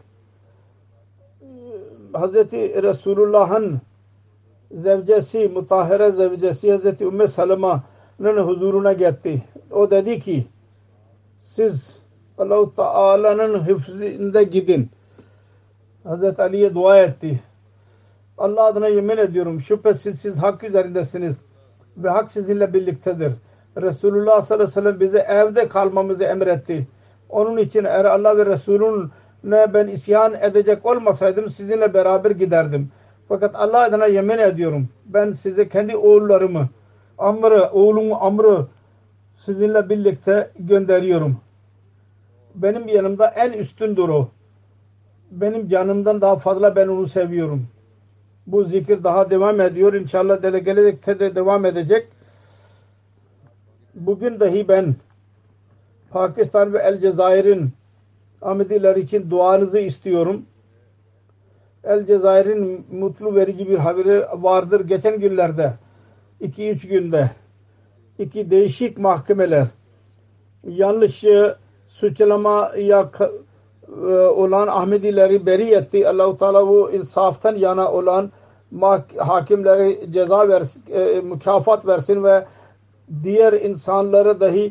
Speaker 2: Hazreti Resulullah'ın zevcesi, mutahhire zevcesi Hazreti Ümmü Salama'nın huzuruna gitti. O dedi ki siz Allah-u Teala'nın hıfzında gidin. Hazreti Ali'ye dua etti. Allah adına yemin ediyorum şüphesiz siz hak üzerindesiniz ve hak sizinle birliktedir. Resulullah sallallahu aleyhi ve sellem bize evde kalmamızı emretti. Onun için eğer Allah ve Resulüne ben isyan edecek olmasaydım sizinle beraber giderdim. Fakat Allah adına yemin ediyorum ben size kendi oğullarımı oğlumu Amr'ı sizinle birlikte gönderiyorum. Benim yanımda en üstündür o. Benim canımdan daha fazla ben onu seviyorum. Bu zikir daha devam ediyor. İnşallah gelecekte de devam edecek. Bugün dahi ben Pakistan ve El Cezayir'in Ahmediler için duanızı istiyorum. El Cezayir'in mutlu verici bir haberi vardır. Geçen günlerde 2-3 günde 2 değişik mahkemeler yanlış suçlama olan Ahmedileri beri etti. Allah-u Teala bu insaftan yana olan hakimlere ceza versin, mükafat versin ve diğer insanlara dahi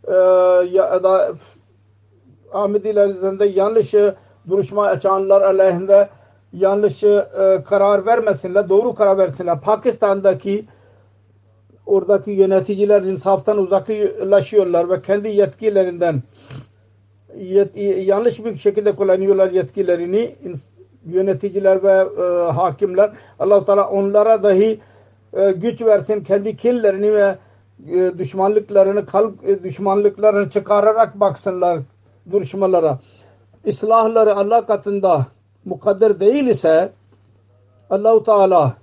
Speaker 2: Ahmediler üzerinde yanlış duruşma açanlar aleyhinde yanlış karar vermesinler, doğru karar versinler. Pakistan'daki oradaki yöneticiler insaftan uzaklaşıyorlar ve kendi yetkilerinden yanlış bir şekilde kullanıyorlar yetkilerini yöneticiler ve hakimler. Allah-u Teala onlara dahi güç versin, kendi kinlerini ve düşmanlıklarını çıkararak baksınlar duruşmalara. İslahları Allah katında mukadder değil ise Allah-u Teala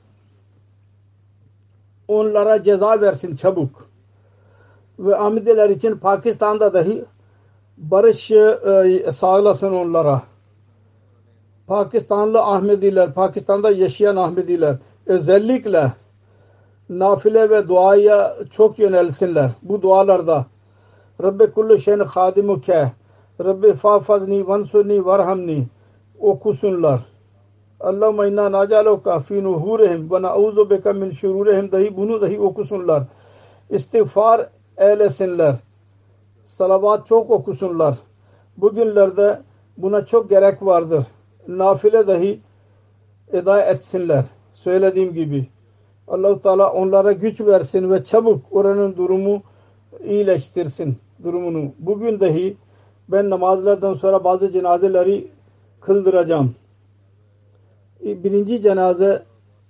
Speaker 2: onlara ceza versin çabuk. Ve Ahmediler için Pakistan'da dahi barış sağlasın onlara. Pakistanlı Ahmediler, Pakistan'da yaşayan Ahmediler özellikle nafile ve duaya çok yönelsinler. Bu dualarda Rabbi kullu şeyin hadimuke Rabbi fa'fazni vansurni varhamni okusunlar. Allahümme inna nacaluka fi nuhurihim ve na'udhu beka min şururihim dahi bunu dahi okusunlar. İstiğfar eylesinler. Salavat çok okusunlar. Bugünlerde buna çok gerek vardır. Nafile dahi eda etsinler. Söylediğim gibi. Allah-u Teala onlara güç versin ve çabuk oranın durumu iyileştirsin durumunu. Bugün dahi Ben namazlardan sonra bazı cenazeleri kıldıracağım. Birinci cenaze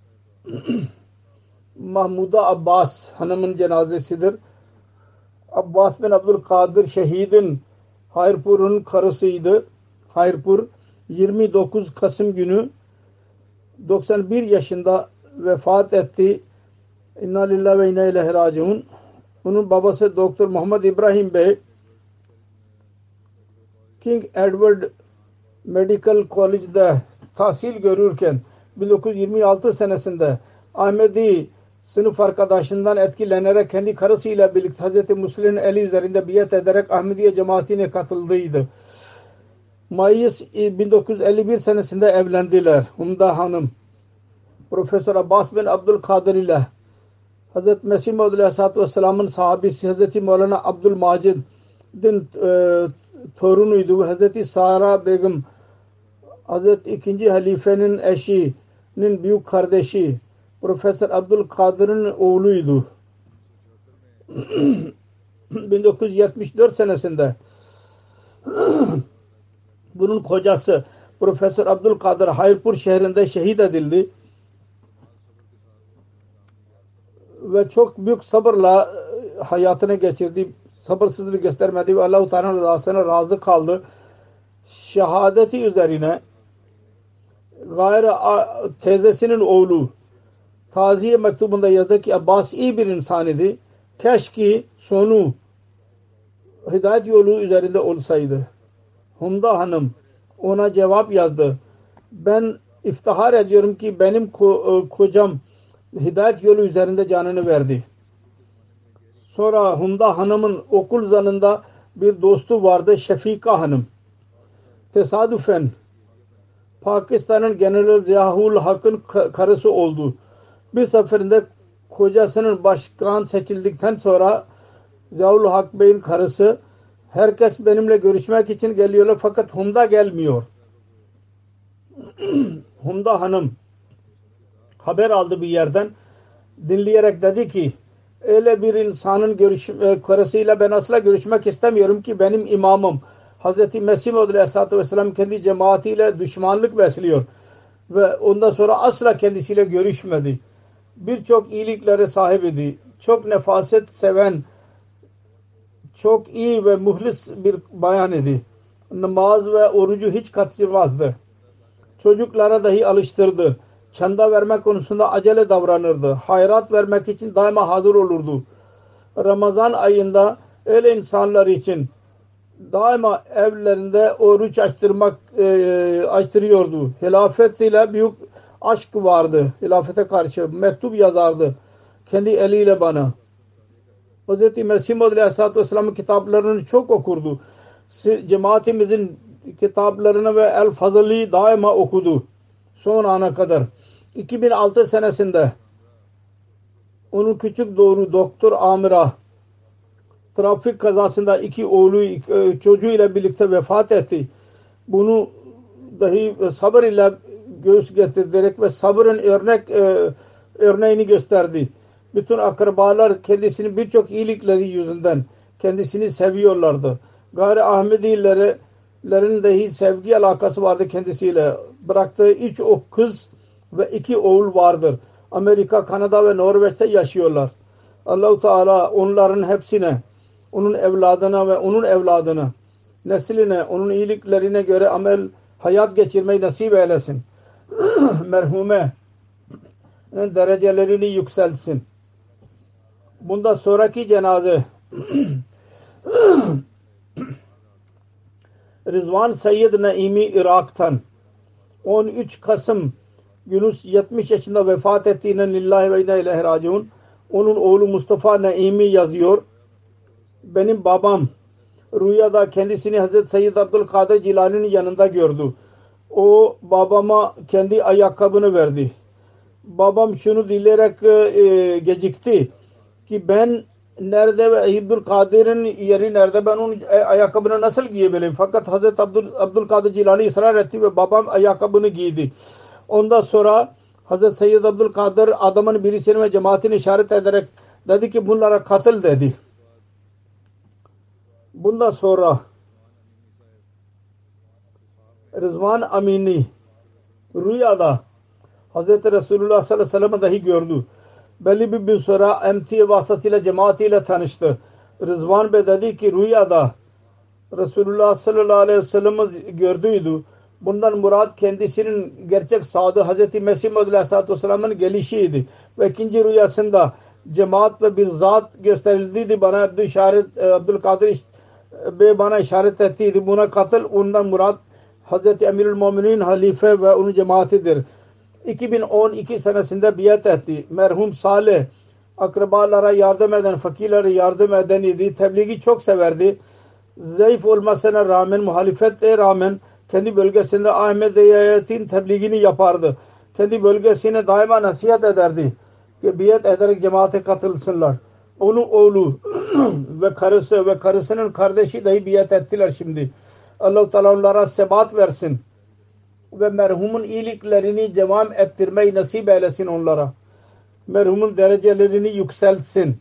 Speaker 2: Mahmuda Abbas hanımın cenazesidir. Abbas bin Abdülkadir şehidin Hayırpur'un karısıydı. Hayırpur 29 Kasım günü 91 yaşında vefat etti. İnna lillahi ve inna ileyhi raciun. Onun babası Doktor Muhammed İbrahim Bey King Edward Medical College'da tahsil görürken 1926 senesinde Ahmedi sınıf arkadaşından etkilenerek kendi karısıyla birlikte Hz. Muslim'in eli üzerinde biat ederek Ahmediye cemaatine katıldıydı. Mayıs 1951 senesinde evlendiler. Humda Hanım Profesör Abbas bin Abdülkadir ile Hz. Mesih Maud Aleyhisselatü Vesselam'ın sahabesi Hz. Mevlana Abdülmacid'in torunuydu. Hz. Sara Begum Hz. II. Halife'nin eşinin büyük kardeşi Profesör Abdülkadir'in oğluydu. 1974 senesinde bunun kocası Profesör Abdülkadir Hayırpur şehrinde şehit edildi ve çok büyük sabırla hayatını geçirdi. Sabırsızlık göstermedi ve Allah-u Teala'nın rızasına razı kaldı. Şehadeti üzerine gayrı teyzesinin oğlu taziye mektubunda yazdı ki Abbas iyi bir insan idi. Keşke sonu hidayet yolu üzerinde olsaydı. Humda Hanım ona cevap yazdı. Ben iftihar ediyorum ki benim kocam hidayet yolu üzerinde canını verdi. Sonra Humda Hanım'ın okul zanında bir dostu vardı Şefika Hanım. Tesadüfen Pakistan'ın General Ziyaul Hak'ın karısı oldu. Bir seferinde kocasının başkan seçildikten sonra Ziyaul Hak Bey'in karısı herkes benimle görüşmek için geliyorlar fakat Humda gelmiyor. Humda Hanım haber aldı bir yerden dinleyerek dedi ki öyle bir insanın karısıyla ben asla görüşmek istemiyorum ki benim imamım Hz. Mesih Maud Aleyhisselatü Vesselam kendi cemaatiyle düşmanlık besliyor ve ondan sonra asla kendisiyle görüşmedi. Birçok iyiliklere sahip idi. Çok nefaset seven, çok iyi ve muhlis bir bayan idi. Namaz ve orucu hiç kaçırmazdı. Çocuklara dahi alıştırdı. Çanda vermek konusunda acele davranırdı. Hayrat vermek için daima hazır olurdu. Ramazan ayında öyle insanlar için daima evlerinde oruç açtırıyordu. Hilafetiyle büyük aşk vardı. Hilafete karşı mektup yazardı. Kendi eliyle bana. Hz. Mesih Maud Aleyhisselatü Vesselam'ın kitaplarını çok okurdu. Cemaatimizin kitaplarını ve El Fazıl'ı daima okudu. Son ana kadar. 2006 senesinde onun küçük doğru Doktor Amira trafik kazasında iki oğlu çocuğuyla birlikte vefat etti. Bunu dahi sabır ile göğüs getirerek ve sabırın örneğini gösterdi. Bütün akrabalar kendisinin birçok iyilikleri yüzünden kendisini seviyorlardı. Gayri Ahmedilerin dahi sevgi alakası vardı kendisiyle. Bıraktığı 3 kız ve 2 oğul vardır. Amerika, Kanada ve Norveç'te yaşıyorlar. Allah-u Teala onların hepsine, onun evladına ve onun evladına, nesline, onun iyiliklerine göre hayat geçirmeyi nasip eylesin. Merhume derecelerini yükseltsin. Bundan sonraki cenaze Rızvan Seyyid Naimi Irak'tan 13 Kasım günü 70 yaşında vefat ettiğine lillahi ve inna ileyhi raciun. Onun oğlu Mustafa Naimi yazıyor. Benim babam rüyada kendisini Hazreti Seyyid Abdülkadir Cilani'nin yanında gördü. O babama kendi ayakkabını verdi. Babam şunu dileyerek gecikti ki ben nerede ve Abdülkadir'in yeri nerede, ben onun ayakkabını nasıl giyebilirim? Fakat Hazreti Abdülkadir Cilani ısrar etti ve babam ayakkabını giydi. Ondan sonra Hazreti Seyyid Abdülkadir adamın birisini ve cemaatini işaret ederek dedi ki bunlara katıl dedi. Bundan sonra Rızvan Amini rüyada Hz. Resulullah sallallahu aleyhi ve sellem'i dahi gördü. Belli bir sonra MT vasıtasıyla cemaatiyle tanıştı. Rızvan Bey dedi ki rüyada Resulullah sallallahu aleyhi ve sellem'i gördüydü. Bundan murat kendisinin gerçek sadı Hz. Mesih Muhammed aleyhissalatü vesselam'ın gelişiydi. Ve ikinci rüyasında cemaat ve bir zat gösterildiydi. Bana Abdülkadir Bey bana işaret ettiydi. Buna katıl. Ondan murat Hz. Emirül Müminin halife ve onun cemaatidir. 2012 senesinde biat etti. Merhum Salih akrabalara yardım eden, fakirlere yardım eden idi. Tebliği çok severdi. Zayıf olmasına rağmen, muhalefete rağmen kendi bölgesinde Ahmediyetin tebliğini yapardı. Kendi bölgesine daima nasihat ederdi ki biat ederek cemaate katılsınlar. Onun oğlu ve karısı ve karısının kardeşi dahi biat ettiler şimdi. Allah-u Teala onlara sebat versin ve merhumun iyiliklerini devam ettirmeyi nasip eylesin onlara. Merhumun derecelerini yükseltsin.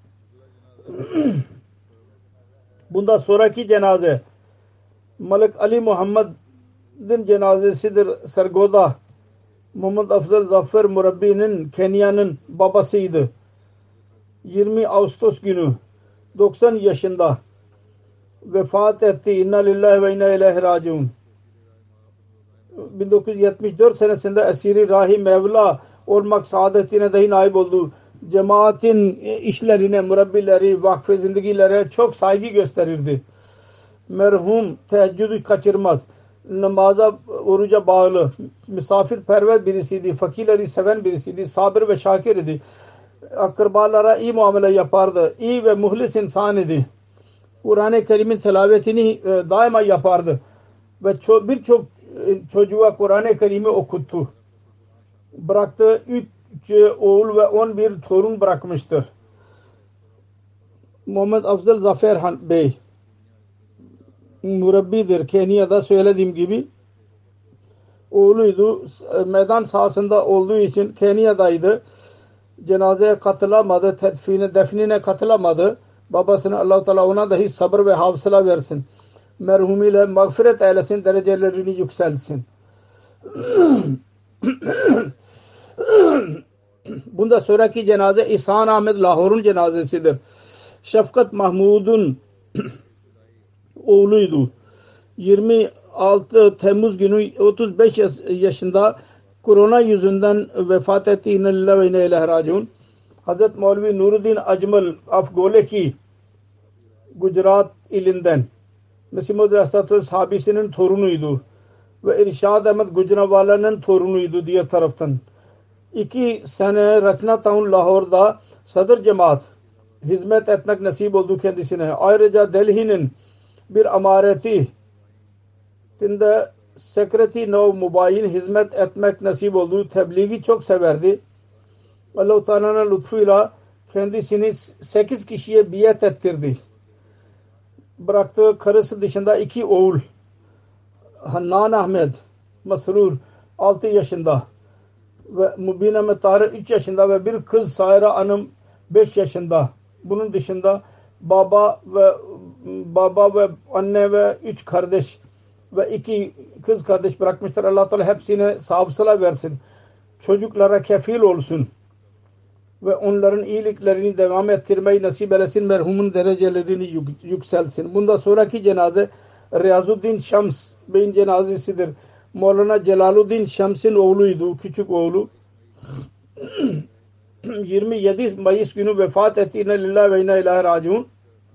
Speaker 2: Bundan sonraki cenaze Malik Ali Muhammed'in cenazesidir. Sergoda Muhammed Afzal Zafer Murabbi'nin Kenya'nın babasıydı. 20 Ağustos günü 90 yaşında vefat etti. İnna lillahi ve inna ileyhi raciun. 1974 senesinde esiri Rahi Mevla olmak saadetine dahi naip oldu. Cemaatin işlerine, murabbileri, vakfe zindagilere çok saygı gösterirdi. Merhum teheccüdü kaçırmaz. Namaza, oruca bağlı, misafirperver birisiydi. Fakirleri seven birisiydi. Sabır ve şakir idi. Akrabalara iyi muamele yapardı. İyi ve muhlis insan idi. Kur'an-ı Kerim'in tilavetini daima yapardı. Ve birçok çocuğa Kur'an-ı Kerim'i okuttu. Bıraktığı 3 oğul ve 11 torun bırakmıştır. Muhammed Afzal Zafer Bey murabbidir. Kenya'da söylediğim gibi oğluydu. Meydan sahasında olduğu için Kenya'daydı. Cenazeye katılamadı. Defnine katılamadı. Babasına Allah-u Teala ona dahi sabır ve hafıza versin. Merhumiyle mağfiret eylesin. Derecelerini yükselsin. Bunda sonraki cenaze İhsan Ahmet Lahor'un cenazesidir. Şefkat Mahmud'un oğluydu. 26 Temmuz günü 35 yaşında korona yüzünden vefat etti. İnna lillahi ve inna ileyhi raciun. Hazret Maulvi Nuruddin Acmal Afgoleki Gujarat ilinden Mesih Muhammed Aleyhisselatü sahabisinin torunuydu ve İrşad Ahmet Gujranwala'nın torunuydu diğer taraftan. 2 sene Rachna Town Lahor'da Sadr Cemaat hizmet etmek nasip oldu kendisine. Ayrıca Delhi'nin bir amareti tinde Sekretari Nav Mubayin hizmet etmek nasip oldu. Tebliği çok severdi. Allah-u Teala'nın lütfuyla kendisini 8 kişiye biat ettirdi. Bıraktığı karısı dışında 2 oğul Hannan Ahmed Masrur 6 yaşında ve Mubin Ahmed Tahir 3 yaşında ve bir kız Saira Hanım 5 yaşında. Bunun dışında baba ve anne ve 3 kardeş ve 2 kız kardeş bırakmışlar. Allah Teala hepsine sağlık versin. Çocuklara kefil olsun ve onların iyiliklerini devam ettirmeyi nasip eylesin. Merhumun derecelerini yükselsin. Bundan sonraki cenaze Riyazuddin Şams Bey'in cenazesidir. Maulana Celaluddin Şams'ın oğluydu. Küçük oğlu. 27 Mayıs günü vefat etti. İnna lillahi ve inna ileyhi raciun.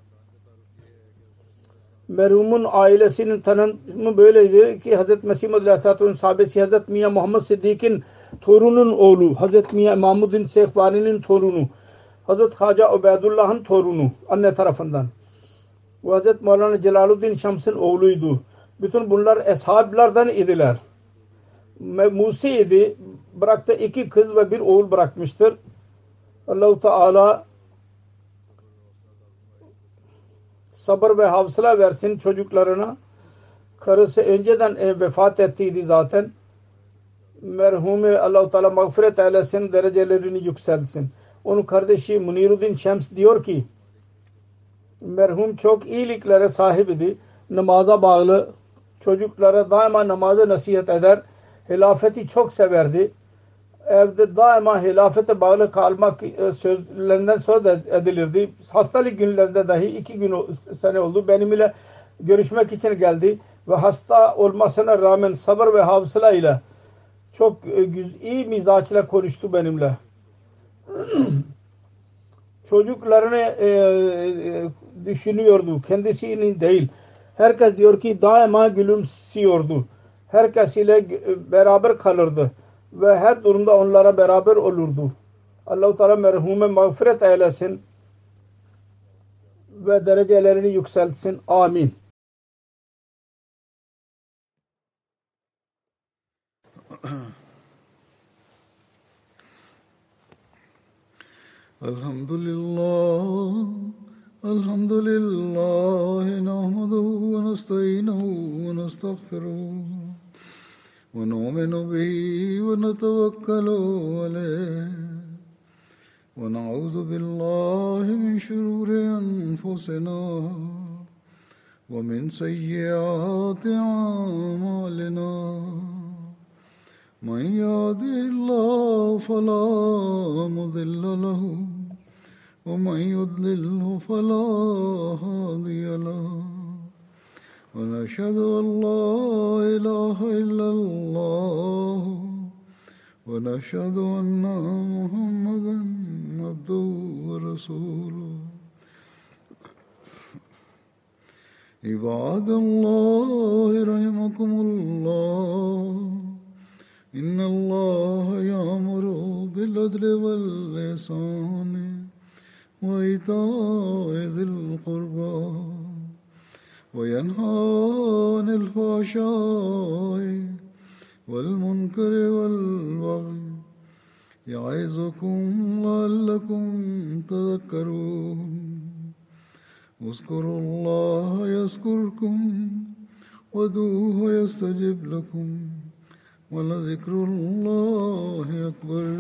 Speaker 2: Merhumun ailesinin tanımı böyleydi ki Hz. Mesih Muhammed Aleyhisselatü'nün sahabesi Hz. Miya Muhammed Siddiq'in torunun oğlu, Hz. Miya Mahmud'in Seyfvani'nin torunu, Hz. Khaca Ubeydullah'ın torunu anne tarafından. Ve Hz. Maulana Celaluddin Şams'ın oğluydu. Bütün bunlar eshablardan idiler. Musi idi. Bıraktı 2 kız ve 1 oğul bırakmıştır. Allah-u Teala sabır ve hafıza versin çocuklarına. Karısı önceden vefat ettiydi zaten. Merhumu Allah-u Teala mağfiret eylesin, derecelerini yükselsin. Onun kardeşi Muniruddin Şems diyor ki merhum çok iyiliklere sahip idi. Namaza bağlı, Çocuklara daima namazı nasihat eder. Hilafeti çok severdi. Evde daima hilafete bağlı kalmak sözlerinden söz edilirdi. Hastalık günlerinde dahi 2 sene oldu. Benimle görüşmek için geldi ve hasta olmasına rağmen sabır ve hafızayla ile çok iyi mizaçla konuştu benimle. Çocuklarını düşünüyordu. Kendisini değil. Herkes diyor ki daima gülümsüyordu. Herkes ile beraber kalırdı. Ve her durumda onlara beraber olurdu. Allah-u Teala merhume mağfiret eylesin ve derecelerini yükseltsin. Amin.
Speaker 1: Elhamdülillah nahmaduhu ve nestaînuhu ve nestağfiruh ve nu'minu bihi ve netevekkalu aleyh ve na'ûzu billahi min şurûri enfusinâ ve min seyyiâti a'mâlinâ. من يهده الله فلا مضل له ومن يضلله فلا هادي له ونشهد أن لا إله إلا الله ونشهد أن محمدا عبده ورسوله عباد الله رحمكم الله إن الله يأمر بالعدل والإحسان وإيتاء ذي القربى وينهى عن الفحشاء والمنكر والبغي يعظكم لعلكم تذكرون اذكروا الله يذكركم وادعوه يستجب لكم ولذكر الله أكبر.